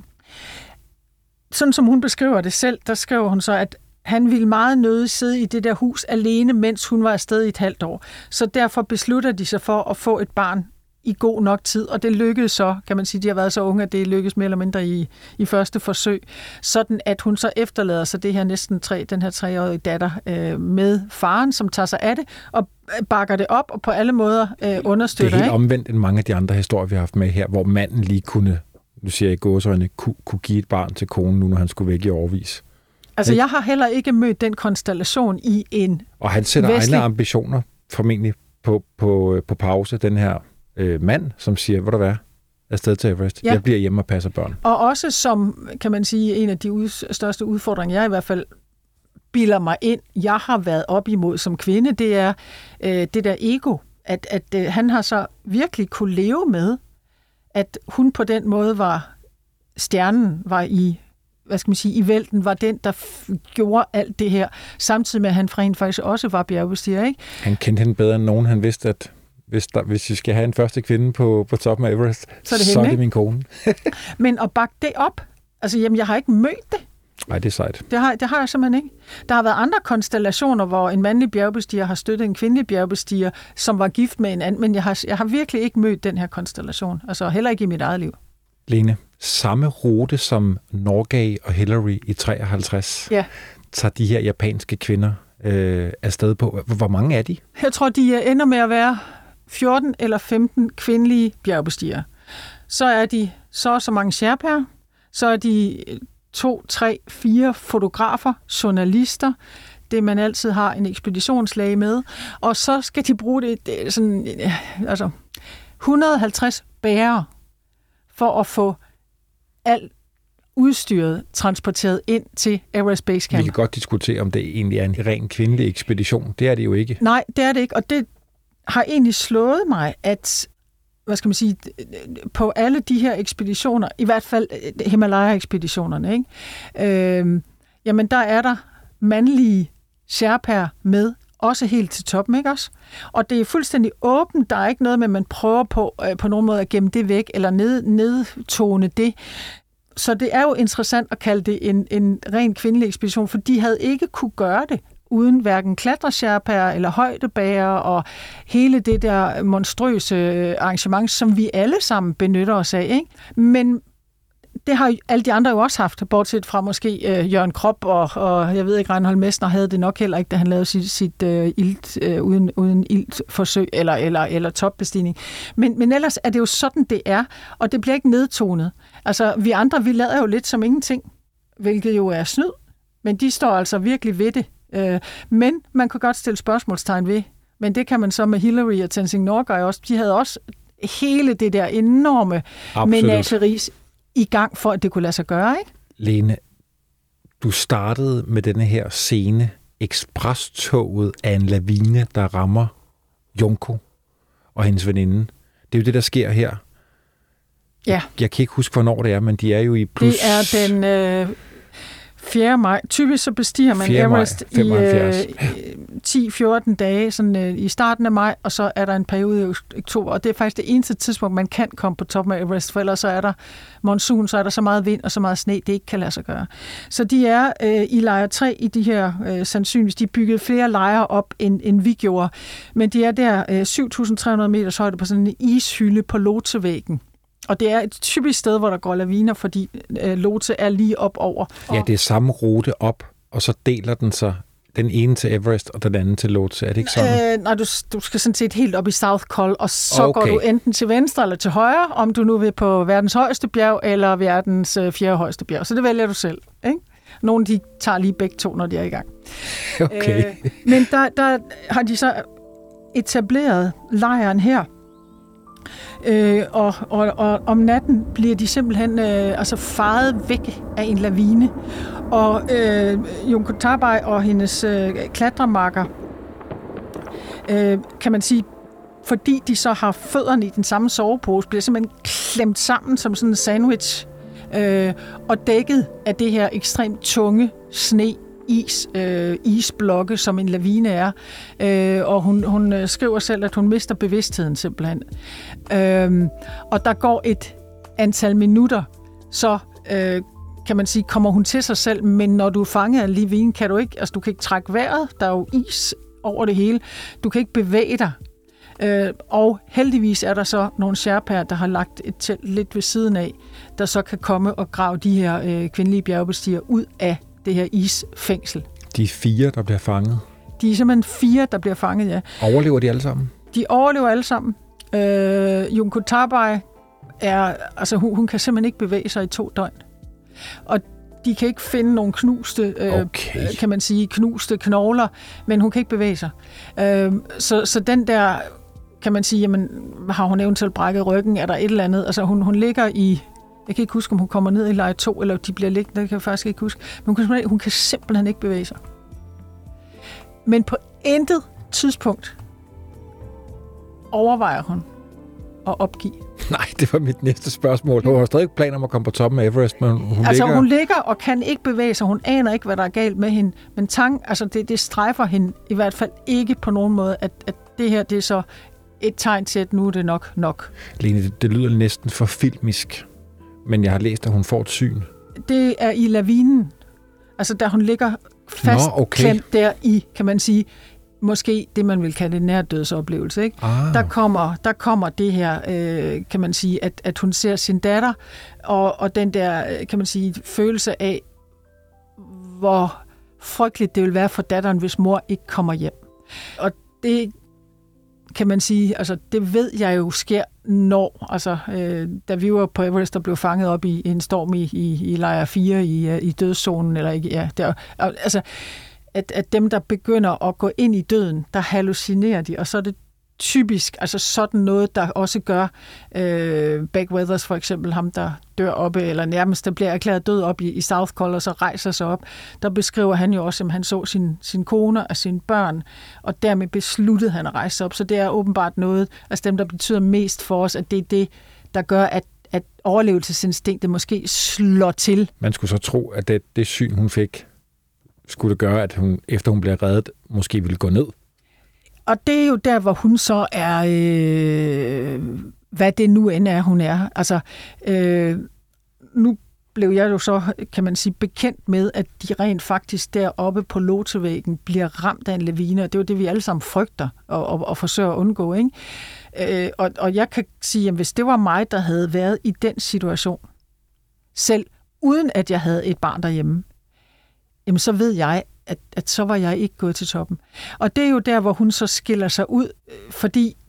Sådan som hun beskriver det selv, der skriver hun så, at han ville meget nødig sidde i det der hus alene, mens hun var afsted i et halvt år. Så derfor beslutter de sig for at få et barn i god nok tid, og det lykkedes så, kan man sige, de har været så unge, at det lykkedes mere eller mindre i, i første forsøg, sådan at hun så efterlader sig det her næsten tre, den her treårige datter øh, med faren, som tager sig af det, og bakker det op, og på alle måder øh, understøtter. Det er helt ikke? omvendt end mange af de andre historier, vi har haft med her, hvor manden lige kunne, nu siger jeg i gåseøjne, kunne, kunne give et barn til konen, nu når han skulle væk i årevis. Altså, jeg har heller ikke mødt den konstellation i en Og han sætter vestlig... egne ambitioner formentlig på, på, på pause, den her øh, mand, som siger, hvor der være afsted til Everest. Ja. Jeg bliver hjemme og passer børn. Og også som, kan man sige, en af de ud, største udfordringer, jeg i hvert fald bilder mig ind, jeg har været op imod som kvinde, det er øh, det der ego. At, at øh, han har så virkelig kunne leve med, at hun på den måde var, stjernen var i, hvad skal man sige, i vælten, var den, der f- gjorde alt det her, samtidig med, at han rent faktisk også var bjergbestiger, ikke? Han kendte hende bedre end nogen. Han vidste, at hvis, der, hvis vi skal have en første kvinde på, på toppen af Everest, så er det, så hende, er det min kone. Men at bakke det op, altså jamen, jeg har ikke mødt det. Nej, det er sejt. Det har, det har jeg simpelthen ikke. Der har været andre konstellationer, hvor en mandlig bjergbestiger har støttet en kvindelig bjergbestiger, som var gift med en anden, men jeg har, jeg har virkelig ikke mødt den her konstellation. Altså heller ikke i mit eget liv. Lene, samme rute som Norgay og Hillary i treoghalvtreds, ja. tager de her japanske kvinder øh, afsted på. Hvor mange er de? Jeg tror, de ender med at være fjorten eller femten kvindelige bjergbestigere. Så er de så så mange sherpaer, så er de to, tre, fire fotografer, journalister, det man altid har en ekspeditionslæge med, og så skal de bruge det, det sådan, altså et hundrede og halvtreds bærere for at få alt udstyret transporteret ind til Everest Base Camp. Vi kan godt diskutere, om det egentlig er en ren kvindelig ekspedition. Det er det jo ikke. Nej, det er det ikke, og det har egentlig slået mig, at hvad skal man sige, på alle de her ekspeditioner, i hvert fald Himalaya-ekspeditionerne, ikke? Øh, jamen der er der mandlige sherpaer med, også helt til toppen, ikke også? Og det er fuldstændig åbent, der er ikke noget med, at man prøver på, øh, på nogen måde at gemme det væk, eller ned, nedtone det. Så det er jo interessant at kalde det en, en ren kvindelig ekspedition, for de havde ikke kunne gøre det, uden hverken klatresherpaer eller højdebærere og hele det der monstrøse arrangement, som vi alle sammen benytter os af, ikke? Men det har alle de andre jo også haft, bortset fra måske øh, Jørgen Krop, og, og jeg ved ikke, Reinhold Messner havde det nok heller ikke, da han lavede sit, sit øh, ilt, øh, uden, uden iltforsøg eller, eller, eller topbestigning. Men, men ellers er det jo sådan, det er, og det bliver ikke nedtonet. Altså, vi andre, vi lader jo lidt som ingenting. hvilket jo er snyd. Men de står altså virkelig ved det. Øh, men man kan godt stille spørgsmålstegn ved, men det kan man så med Hillary og Tenzing Norgay også. De havde også hele det der enorme menageris i gang for, at det kunne lade sig gøre, ikke? Lene, du startede med denne her scene, ekspresstoget af en lavine, der rammer Junko og hendes veninde. Det er jo det, der sker her. Ja. Jeg kan ikke huske, hvornår det er, men de er jo i plus... Det er den øh, fjerde maj. Typisk så bestiger man Everest i øh, ti fjorten dage sådan, øh, i starten af maj, og så er der en periode i oktober. Og det er faktisk det eneste tidspunkt, man kan komme på toppen af Everest, for ellers så er der monsun, så er der så meget vind og så meget sne, det ikke kan lade sig gøre. Så de er øh, i lejr tre i de her øh, sandsynligvis. De byggede flere lejre op, end, end vi gjorde. Men de er der øh, syv tusind tre hundrede meters højde på sådan en ishylde på Lhotse-væggen. Og det er et typisk sted, hvor der går laviner, fordi øh, Lhotse er lige op over. Ja, det er samme rute op, og så deler den sig den ene til Everest, og den anden til Lhotse. Er det ikke sådan? Øh, nej, du, du skal sådan set helt op i South Col, og så okay. går du enten til venstre eller til højre, om du nu vil på verdens højeste bjerg, eller verdens øh, fjerde højeste bjerg. Så det vælger du selv, ikke? Nogle, de tager lige begge to, når de er i gang. Okay. Øh, men der, der har de så etableret lejren her, Øh, og, og, og om natten bliver de simpelthen øh, altså faret væk af en lavine. Og øh, Junko Tabaj og hendes øh, klatremakker, øh, kan man sige, fordi de så har fødderne i den samme sovepose, bliver simpelthen klemt sammen som sådan en sandwich, øh, og dækket af det her ekstremt tunge sne, is, øh, isblokke, som en lavine er. Øh, og hun, hun skriver selv, at hun mister bevidstheden simpelthen. Øh, og der går et antal minutter, så øh, kan man sige, kommer hun til sig selv, men når du er fanget af en lavine, kan du ikke, altså du kan ikke trække vejret, der er jo is over det hele, du kan ikke bevæge dig. Øh, og heldigvis er der så nogle sherpaer, der har lagt et telt lidt ved siden af, der så kan komme og grave de her øh, kvindelige bjergbestigere ud af det her isfængsel. De fire, der bliver fanget? De er simpelthen fire, der bliver fanget, ja. Overlever de alle sammen? De overlever alle sammen. Øh, Junko Tabaj er, altså hun, hun kan simpelthen ikke bevæge sig i to døgn. Og de kan ikke finde nogle knuste, øh, okay. kan man sige, knuste knogler, men hun kan ikke bevæge sig. Øh, så, så den der, kan man sige, jamen, har hun eventuelt brækket ryggen, er der et eller andet? Altså hun, hun ligger i, jeg kan ikke huske, om hun kommer ned i leje to, eller de bliver liggende, det kan jeg faktisk ikke huske, men hun kan, hun kan simpelthen ikke bevæge sig. Men på intet tidspunkt overvejer hun at opgive. Nej, det var mit næste spørgsmål. Hun har stadig planer om at komme på toppen af Everest, men hun altså, ligger... hun ligger og kan ikke bevæge sig. Hun aner ikke, hvad der er galt med hende. Men tang, altså det, det strejfer hende i hvert fald ikke på nogen måde, at, at det her, det er så et tegn til, at nu er det nok nok. Lene, det, det lyder næsten for filmisk, men jeg har læst, at hun får et syn. Det er i lavinen. Altså, da hun ligger fastklemt okay. der i, kan man sige, måske det, man vil kalde en nærdødsoplevelse. Ikke? Ah. Der, kommer, der kommer det her, øh, kan man sige, at, at hun ser sin datter, og, og den der, kan man sige, følelse af, hvor frygteligt det vil være for datteren, hvis mor ikke kommer hjem. Og det kan man sige, altså det ved jeg jo sker, når, altså øh, da vi var på Everest og blev fanget op i, i en storm i, i, i lejr fire i, i dødszonen, eller ikke, ja, der, altså at, at dem, der begynder at gå ind i døden, der hallucinerer de, og så er det typisk, altså sådan noget, der også gør øh, Beck Weathers for eksempel, ham der dør oppe, eller nærmest der bliver erklæret død op i, i South Col, og så rejser sig op. Der beskriver han jo også, at han så sin, sin kone og sine børn, og dermed besluttede han at rejse sig op. Så det er åbenbart noget, altså dem, der betyder mest for os, at det er det, der gør, at, at overlevelsesinstinktet måske slår til. Man skulle så tro, at det, det syn, hun fik, skulle det gøre, at hun, efter hun bliver reddet, måske ville gå ned. Og det er jo der, hvor hun så er, øh, hvad det nu end er, hun er. Altså, øh, nu blev jeg jo så, kan man sige, bekendt med, at de rent faktisk deroppe på Lhotse-væggen bliver ramt af en lavine, og det er jo det, vi alle sammen frygter og, og, og forsøger at undgå, ikke? Øh, og, og jeg kan sige, at hvis det var mig, der havde været i den situation, selv uden at jeg havde et barn derhjemme, jamen så ved jeg, At, at så var jeg ikke gået til toppen. Og det er jo der, hvor hun så skiller sig ud, fordi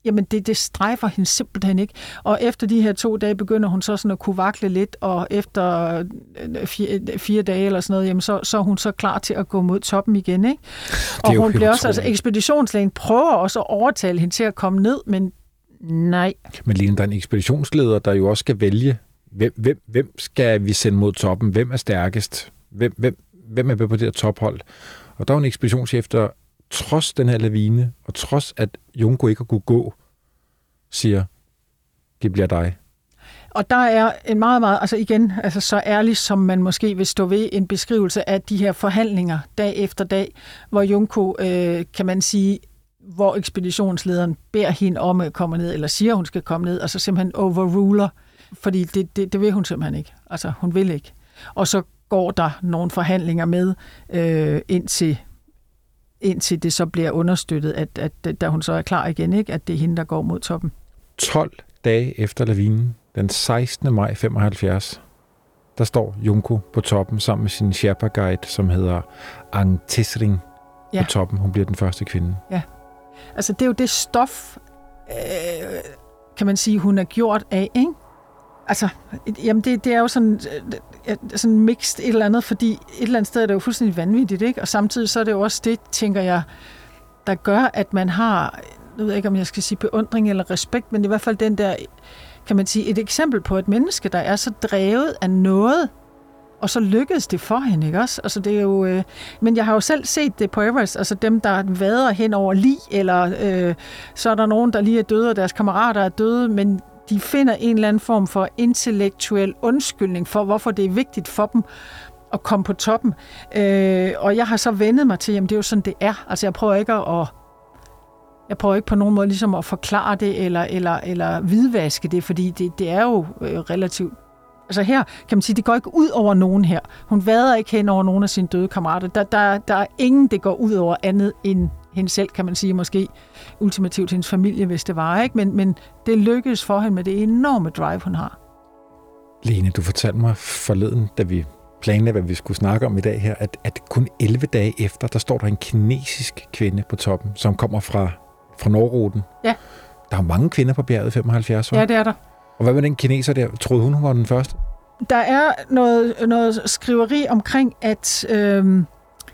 jamen det, det strejfer hende simpelthen ikke. Og efter de her to dage begynder hun så sådan at kunne vakle lidt, og efter fire, fire dage eller sådan noget, jamen så, så er hun så klar til at gå mod toppen igen, ikke? Og hun bliver også, altså ekspeditionslægen prøver også at overtale hende til at komme ned, men nej. Men Lene, der er en ekspeditionsleder, der jo også skal vælge, hvem, hvem, hvem skal vi sende mod toppen? Hvem er stærkest? Hvem, hvem, hvem er på det her tophold? Og der er en ekspeditionschef, der trods den her lavine, og trods at Junko ikke kunne gå, siger, det bliver dig. Og der er en meget, meget, altså igen, altså så ærlig, som man måske vil stå ved, en beskrivelse af de her forhandlinger dag efter dag, hvor Junko, øh, kan man sige, hvor ekspeditionslederen beder hende om at komme ned, eller siger, hun skal komme ned, og så simpelthen overruler, fordi det, det, det vil hun simpelthen ikke. Altså, hun vil ikke. Og så går der nogle forhandlinger med, øh, indtil, indtil det så bliver understøttet, at, at da hun så er klar igen, ikke, at det er hende, der går mod toppen. tolv dage efter lavinen, den sekstende maj femoghalvfjerds, der står Junko på toppen sammen med sin Sherpa-guide, som hedder Ang Tesring, ja. På toppen. Hun bliver den første kvinde. Ja. Altså, det er jo det stof, øh, kan man sige, hun er gjort af, ikke? Altså, jamen det, det er jo sådan, sådan mixed et eller andet, fordi et eller andet sted er det jo fuldstændig vanvittigt, ikke? Og samtidig så er det jo også det, tænker jeg, der gør, at man har, jeg ved ikke, om jeg skal sige beundring eller respekt, men i hvert fald den der, kan man sige, et eksempel på et menneske, der er så drevet af noget, og så lykkedes det for hende, ikke også? Altså det er jo, øh, men jeg har jo selv set det på Everest, altså dem, der vader hen over lig, eller øh, så er der nogen, der lige er døde, og deres kammerater er døde, men de finder en eller anden form for intellektuel undskyldning for, hvorfor det er vigtigt for dem at komme på toppen. Øh, og jeg har så vendet mig til, jamen det er jo sådan, det er. Altså jeg prøver ikke at, jeg prøver ikke på nogen måde ligesom at forklare det, eller, eller, eller hvidvaske det, fordi det, det er jo øh, relativt. Altså her kan man sige, det går ikke ud over nogen her. Hun vader ikke hen over nogen af sine døde kammerater. Der, der, der er ingen, det går ud over andet end hende selv, kan man sige, måske ultimativt hendes familie, hvis det var, ikke? Men, men det lykkedes for hende med det enorme drive, hun har. Lene, du fortalte mig forleden, da vi planlagde, hvad vi skulle snakke om i dag her, at, at kun elleve dage efter, der står der en kinesisk kvinde på toppen, som kommer fra, fra Nordruten. Ja. Der er mange kvinder på bjerget femoghalvfjerds år. Ja, det er der. Og hvad med den kineser der? Troede hun, hun var den første? Der er noget, noget skriveri omkring, at øhm,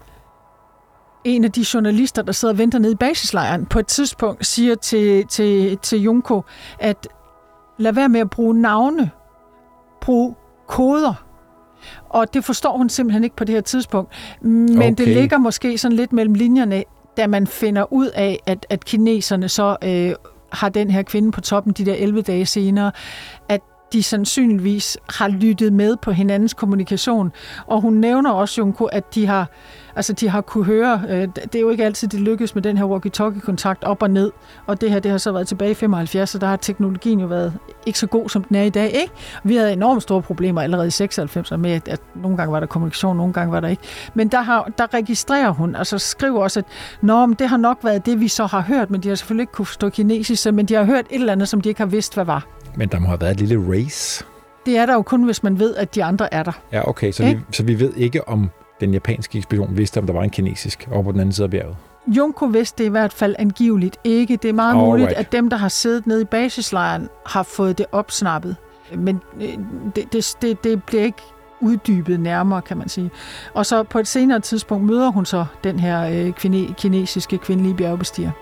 en af de journalister, der sidder og venter nede i basislejren, på et tidspunkt siger til, til, til Junko, at lad være med at bruge navne, brug koder. Og det forstår hun simpelthen ikke på det her tidspunkt. Men okay. Det ligger måske sådan lidt mellem linjerne, da man finder ud af, at, at kineserne så øh, har den her kvinde på toppen de der elleve dage senere, at de sandsynligvis har lyttet med på hinandens kommunikation. Og hun nævner også, Junko, at de har, altså de har kunne høre, øh, det er jo ikke altid, det lykkes med den her walkie-talkie-kontakt op og ned, og det her, det har så været tilbage i femoghalvfjerds, så der har teknologien jo været ikke så god, som den er i dag, ikke? Vi havde enormt store problemer allerede i seksoghalvfems med, at, at nogle gange var der kommunikation, nogle gange var der ikke. Men der, har, der registrerer hun, altså skriver også, at Nå, men det har nok været det, vi så har hørt, men de har selvfølgelig ikke kunne forstå kinesisk, men de har hørt et eller andet, som de ikke har vidst, hvad var. Men der må have været et lille race. Det er der jo kun, hvis man ved, at de andre er der. Ja, okay, så, vi, så vi ved ikke, om den japanske ekspedition vidste, om der var en kinesisk over på den anden side af bjerget. Junko vidste det i hvert fald angiveligt ikke. Det er meget All muligt, right. at dem, der har siddet nede i basislejren, har fået det opsnappet. Men det, det, det, det bliver ikke uddybet nærmere, kan man sige. Og så på et senere tidspunkt møder hun så den her øh, kvine, kinesiske kvindelige bjergbestiger.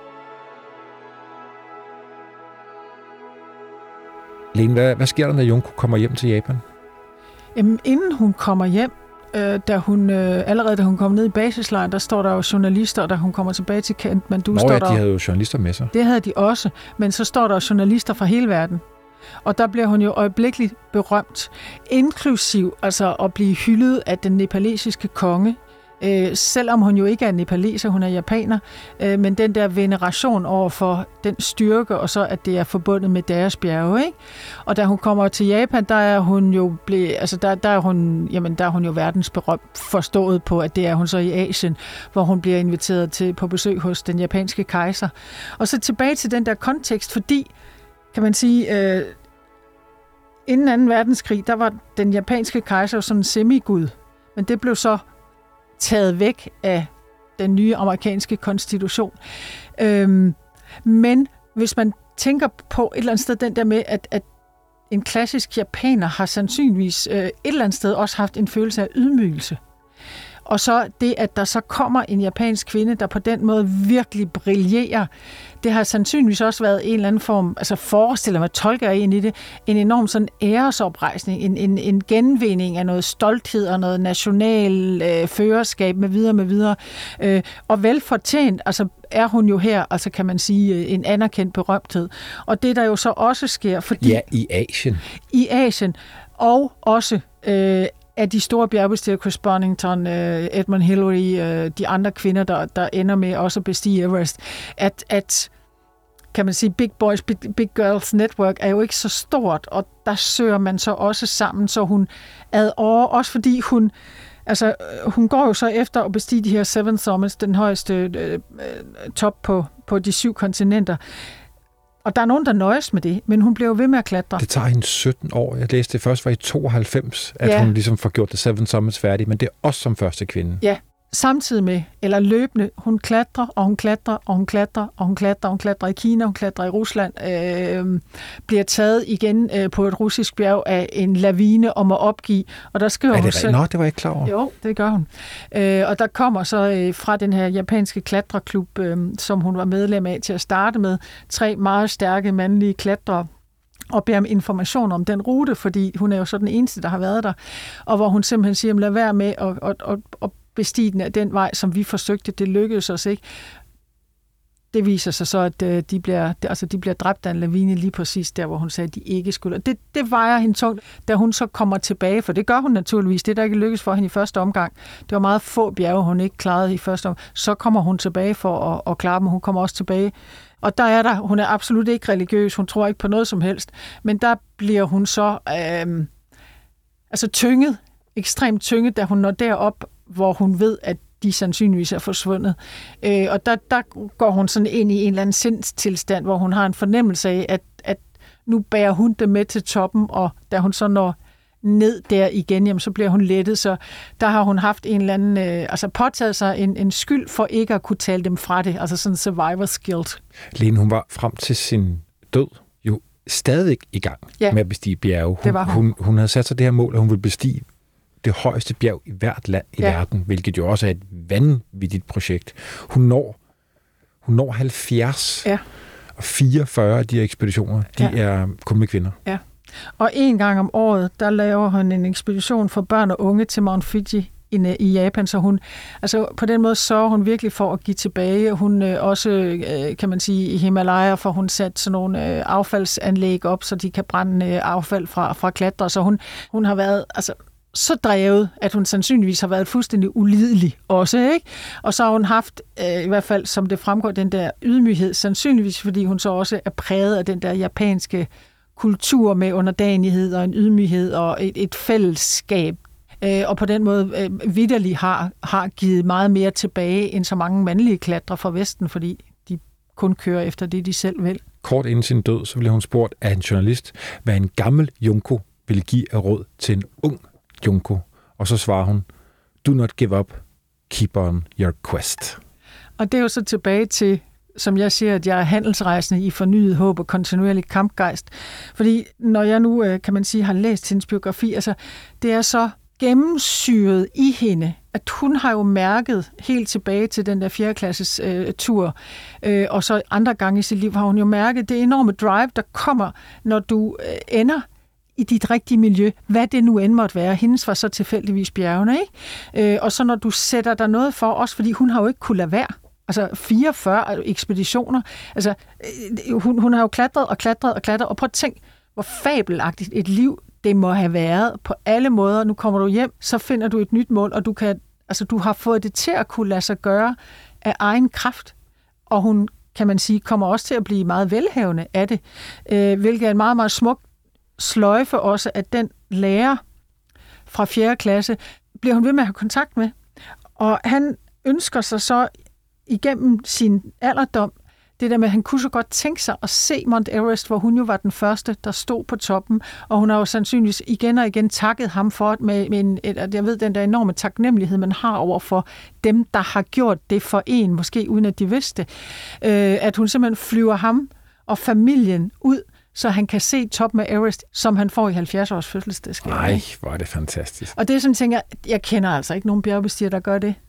Lene, hvad, hvad sker der, når Junko kommer hjem til Japan? Jamen, inden hun kommer hjem, øh, da hun, øh, allerede da hun kom ned i basislejren, der står der jo journalister, og da hun kommer tilbage til Kathmandu, Nå, står ja, der... de havde jo journalister med sig. Det havde de også, men så står der journalister fra hele verden. Og der bliver hun jo øjeblikkeligt berømt, inklusiv altså at blive hyldet af den nepalesiske konge, øh, selvom hun jo ikke er nepaleser, hun er japaner, øh, men den der veneration over for den styrke, og så at det er forbundet med deres bjerge, ikke? Og da hun kommer til Japan, der er hun jo ble, altså der, der er hun, jamen der er hun jo verdensberømt, forstået på, at det er hun så i Asien, hvor hun bliver inviteret til på besøg hos den japanske kejser. Og så tilbage til den der kontekst, fordi kan man sige, øh, inden anden verdenskrig, der var den japanske kejser jo sådan en semigud, men det blev så taget væk af den nye amerikanske konstitution. Øhm, men hvis man tænker på et eller andet sted den der med, at, at en klassisk japaner har sandsynligvis øh, et eller andet sted også haft en følelse af ydmygelse. Og så det, at der så kommer en japansk kvinde, der på den måde virkelig brillerer, det har sandsynligvis også været en eller anden form, altså forestiller mig, tolker jeg ind i det, en enorm sådan æresoprejsning, en, en, en genvinding af noget stolthed og noget national øh, førerskab med videre med videre. Øh, og velfortjent, altså er hun jo her, altså kan man sige, en anerkendt berømthed. Og det der jo så også sker, fordi... Ja, i Asien. I Asien, og også... Øh, af de store bjergbestigere, Chris Bonington, Edmund Hillary, de andre kvinder, der, der ender med også at bestige Everest, at, at kan man sige, Big Boys, Big, Big Girls Network er jo ikke så stort, og der søger man så også sammen, så hun ad over, også fordi hun, altså hun går jo så efter at bestige de her Seven Summits, den højeste øh, top på, på de syv kontinenter. Og der er nogen, der nøjes med det, men hun bliver jo ved med at klatre. Det tager hende sytten år. Jeg læste det først var i tooghalvfems, at ja. hun ligesom får gjort det Seven Summits færdig, men det er også som første kvinde. Ja, samtidig med, eller løbende, hun klatrer, og hun klatrer, og hun klatrer, og hun klatrer, og hun klatrer i Kina, hun klatrer i Rusland, øh, bliver taget igen øh, på et russisk bjerg af en lavine om at opgive, og der skriver er det hun selv... Nå, det var jeg ikke klar over. Jo, det gør hun. Øh, og der kommer så øh, fra den her japanske klatreklub, øh, som hun var medlem af til at starte med, tre meget stærke mandlige klatrere, og beder om information om den rute, fordi hun er jo så den eneste, der har været der, og hvor hun simpelthen siger, lad være med at, at, at, at bestige den af den vej, som vi forsøgte. Det lykkedes os ikke. Det viser sig så, at de bliver, altså de bliver dræbt af en lavine lige præcis der, hvor hun sagde, at de ikke skulle. Det, det vejer hende tungt, da hun så kommer tilbage, for det gør hun naturligvis. Det, der ikke lykkedes for hende i første omgang, det var meget få bjerge, hun ikke klarede i første omgang. Så kommer hun tilbage for at, at klare dem. Hun kommer også tilbage. Og der er der, hun er absolut ikke religiøs, hun tror ikke på noget som helst, men der bliver hun så øh, altså tynget, ekstremt tynget, da hun når derop, hvor hun ved, at de sandsynligvis er forsvundet. Øh, og der, der går hun sådan ind i en eller anden sindstilstand, hvor hun har en fornemmelse af, at, at nu bærer hun det med til toppen, og da hun så når ned der igen, jamen, så bliver hun lettet. Så der har hun haft en eller anden, øh, altså påtaget sig en, en skyld for ikke at kunne tale dem fra det, altså sådan survivor's guilt. Lene, hun var frem til sin død jo stadig i gang ja. med at bestige bjerge. Hun, hun. Hun, hun havde sat sig det her mål, at hun ville bestige det højeste bjerg i hvert land i ja. verden, hvilket jo også er et vanvittigt projekt. Hun når, hun når halvfjerds, ja. og fireogfyrre af de her ekspeditioner, de ja. er kun med kvinder. Ja. Og en gang om året, der laver hun en ekspedition for børn og unge til Mount Fuji i, i Japan, så hun, altså på den måde sørger hun virkelig for at give tilbage. Hun øh, også, øh, kan man sige, i Himalaya, for hun sat sådan nogle øh, affaldsanlæg op, så de kan brænde øh, affald fra, fra klatre. Så hun, hun har været, altså så drevet, at hun sandsynligvis har været fuldstændig ulidelig også, ikke? Og så har hun haft, øh, i hvert fald som det fremgår, den der ydmyghed, sandsynligvis fordi hun så også er præget af den der japanske kultur med underdanighed og en ydmyghed og et, et fællesskab, øh, og på den måde øh, vitterligt har, har givet meget mere tilbage end så mange mandlige klatrer fra Vesten, fordi de kun kører efter det, de selv vil. Kort inden sin død, så blev hun spurgt af en journalist, hvad en gammel junko ville give af råd til en ung junko, og så svarer hun, do not give up, keep on your quest. Og det er jo så tilbage til, som jeg siger, at jeg er handelsrejsende i fornyet håb og kontinuerlig kampgejst. Fordi når jeg nu, kan man sige, har læst hendes biografi, altså det er så gennemsyret i hende, at hun har jo mærket helt tilbage til den der fjerdeklasses øh, tur, øh, og så andre gange i sit liv har hun jo mærket det enorme drive, der kommer, når du øh, ender i dit rigtige miljø, hvad det nu end måtte være. Hendes var så tilfældigvis bjergene, ikke? Øh, og så når du sætter dig noget for, også fordi hun har jo ikke kunne lade være. Altså fireogfyrre ekspeditioner. Altså, øh, hun, hun har jo klatret og klatret og klatret, og prøv at tænk, hvor fabelagtigt et liv det må have været på alle måder. Nu kommer du hjem, så finder du et nyt mål, og du kan, altså du har fået det til at kunne lade sig gøre af egen kraft. Og hun, kan man sige, kommer også til at blive meget velhavende af det, øh, hvilket er en meget, meget smuk sløjfe også, at den lærer fra fjerde klasse bliver hun ved med at have kontakt med. Og han ønsker sig så igennem sin alderdom, det der med, at han kunne så godt tænke sig at se Mount Everest, hvor hun jo var den første, der stod på toppen, og hun har jo sandsynligvis igen og igen takket ham for, med, med en, et, jeg ved, den der enorme taknemmelighed, man har over for dem, der har gjort det for en, måske uden at de vidste, øh, at hun simpelthen flyver ham og familien ud, så han kan se toppen af Everest, som han får i halvfjerds års fødselsdagsgave. Nej, hvor er det fantastisk. Og det er sådan, tænker jeg, jeg kender altså ikke nogen bjergbestiger, der gør det.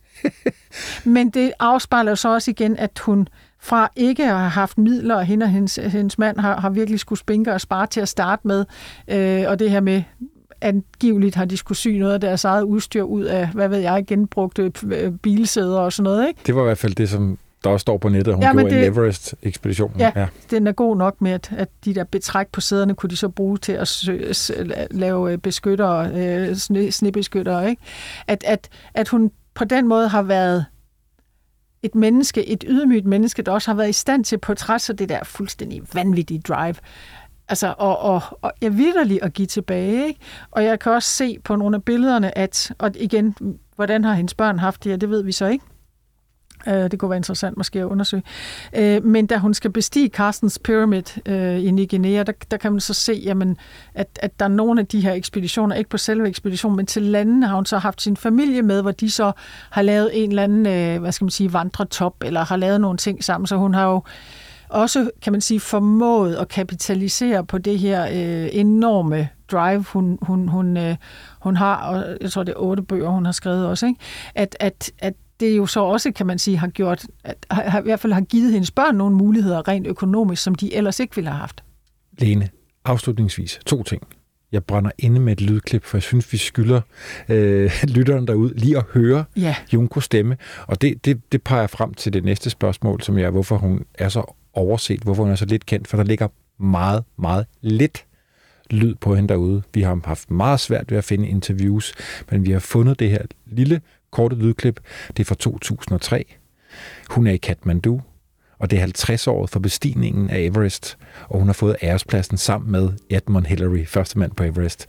Men det afspejler jo så også igen, at hun fra ikke at have haft midler, og hende og hendes, hendes mand har, har virkelig skulle spinke og spare til at starte med, øh, og det her med, angiveligt har de skulle sy noget af deres eget udstyr ud af, hvad ved jeg, genbrugte bilsæder og sådan noget, ikke? Det var i hvert fald det, som der også står på nettet, hun ja, gjorde det, en Everest-ekspedition. Ja, ja, den er god nok med, at, at de der betræk på sæderne kunne de så bruge til at sø, lave beskyttere, øh, sne, snebeskyttere, ikke? At, at, at hun på den måde har været et menneske, et ydmygt menneske, der også har været i stand til på trods af det der fuldstændig vanvittige drive. Altså, og, og, og jeg vitterlig at give tilbage, ikke? Og jeg kan også se på nogle af billederne, at, og igen, hvordan har hendes børn haft det her, det ved vi så ikke. Det kunne være interessant måske at undersøge. Men da hun skal bestige Carstens Pyramid i Ny Guinea, der, der kan man så se, jamen, at, at der er nogle af de her ekspeditioner, ikke på selve ekspeditionen, men til landene har hun så haft sin familie med, hvor de så har lavet en eller anden, hvad skal man sige, vandretop, eller har lavet nogle ting sammen. Så hun har jo også, kan man sige, formået at kapitalisere på det her øh, enorme drive, hun, hun, hun, øh, hun har, og jeg tror, det er otte bøger, hun har skrevet også, ikke? At, at, at det jo så også, kan man sige, har gjort, at, har, i hvert fald har givet hendes børn nogle muligheder rent økonomisk, som de ellers ikke ville have haft. Lene, afslutningsvis to ting. Jeg brænder inde med et lydklip, for jeg synes, vi skylder øh, lytteren derude lige at høre ja. Junkos stemme. Og det, det, det peger frem til det næste spørgsmål, som er, hvorfor hun er så overset, hvorfor hun er så lidt kendt, for der ligger meget, meget lidt lyd på hende derude. Vi har haft meget svært ved at finde interviews, men vi har fundet det her lille, korte lydklip. Det er fra to tusind og tre. Hun er i Kathmandu, og det er halvtreds-året for bestigningen af Everest, og hun har fået ærespladsen sammen med Edmund Hillary, første mand på Everest.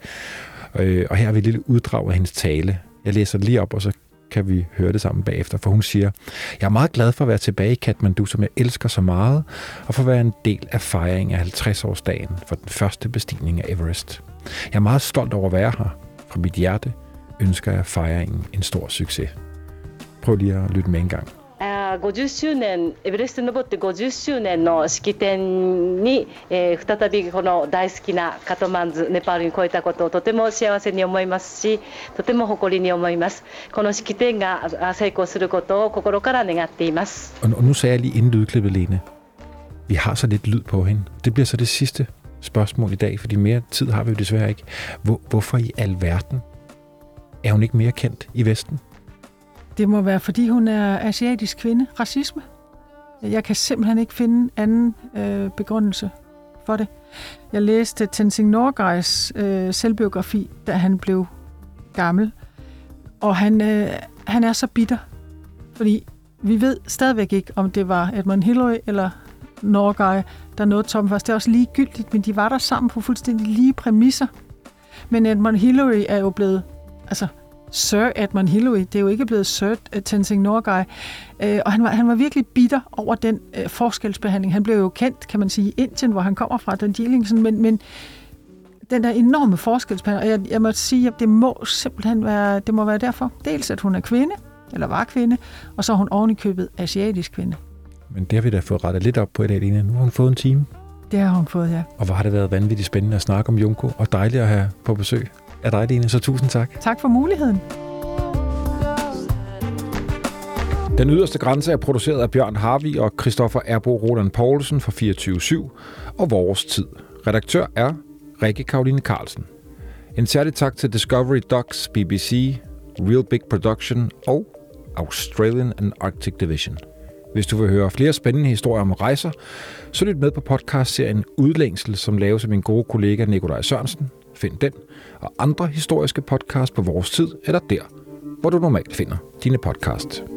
Og her har vi et lille uddrag af hendes tale. Jeg læser lige op, og så kan vi høre det sammen bagefter, for hun siger: Jeg er meget glad for at være tilbage i Kathmandu, som jeg elsker så meget, og for at være en del af fejringen af halvtreds-årsdagen for den første bestigning af Everest. Jeg er meget stolt over at være her. Fra mit hjerte ønsker jeg fejringen en stor succes. Prøv lige at lytte med en gang. ごじゅっしゅうねんエベレストに登ってごじゅっしゅうねんの式典に、えー、再びこの大好きなカトマンズネパールに来れたことをとても幸せに思いますし、とても誇りに思います。この式典が成功することを心から願っています。 Og nu sagde jeg lige inden lydklippet, Lene, vi har så lidt lyd på hende. Det bliver så det sidste spørgsmål i dag, fordi mere tid har vi jo desværre ikke. Hvor, hvorfor i alverden er hun ikke mere kendt i Vesten? Det må være, fordi hun er asiatisk kvinde. Racisme. Jeg kan simpelthen ikke finde anden øh, begrundelse for det. Jeg læste Tenzing Norgais øh, selvbiografi, da han blev gammel. Og han, øh, han er så bitter. Fordi vi ved stadigvæk ikke, om det var Edmund Hillary eller Norgay, der nåede toppen først. Det er også ligegyldigt, men de var der sammen på fuldstændig lige præmisser. Men Edmund Hillary er jo blevet... altså Sir Edmund Hillary, det er jo ikke blevet Sir Tenzing Norgay, øh, og han var, han var virkelig bitter over den øh, forskelsbehandling. Han blev jo kendt, kan man sige, i Indien, hvor han kommer fra, den Jillingsen, men, men den der enorme forskelsbehandling, og jeg, jeg må sige, at det må simpelthen være, det må være derfor. Dels, at hun er kvinde, eller var kvinde, og så er hun oven i købet asiatisk kvinde. Men det har vi da fået rettet lidt op på i dag, Lene. Nu har hun fået en time. Det har hun fået, ja. Og hvor har det været vanvittigt spændende at snakke om Junko, og dejligt at have på besøg af dig, Lene, så tusind tak. Tak for muligheden. Den yderste grænse er produceret af Bjørn Harvig og Christoffer Erbo Roland Poulsen for fireogtyve syv og Vores Tid. Redaktør er Rikke Karoline Carlsen. En særlig tak til Discovery Docs, B B C, Real Big Production og Australian and Arctic Division. Hvis du vil høre flere spændende historier om rejser, så lyt med på podcastserien Udlængsel, som laves af min gode kollega Nikolaj Sørensen. Find den og andre historiske podcasts på Vores Tid eller der, hvor du normalt finder dine podcasts.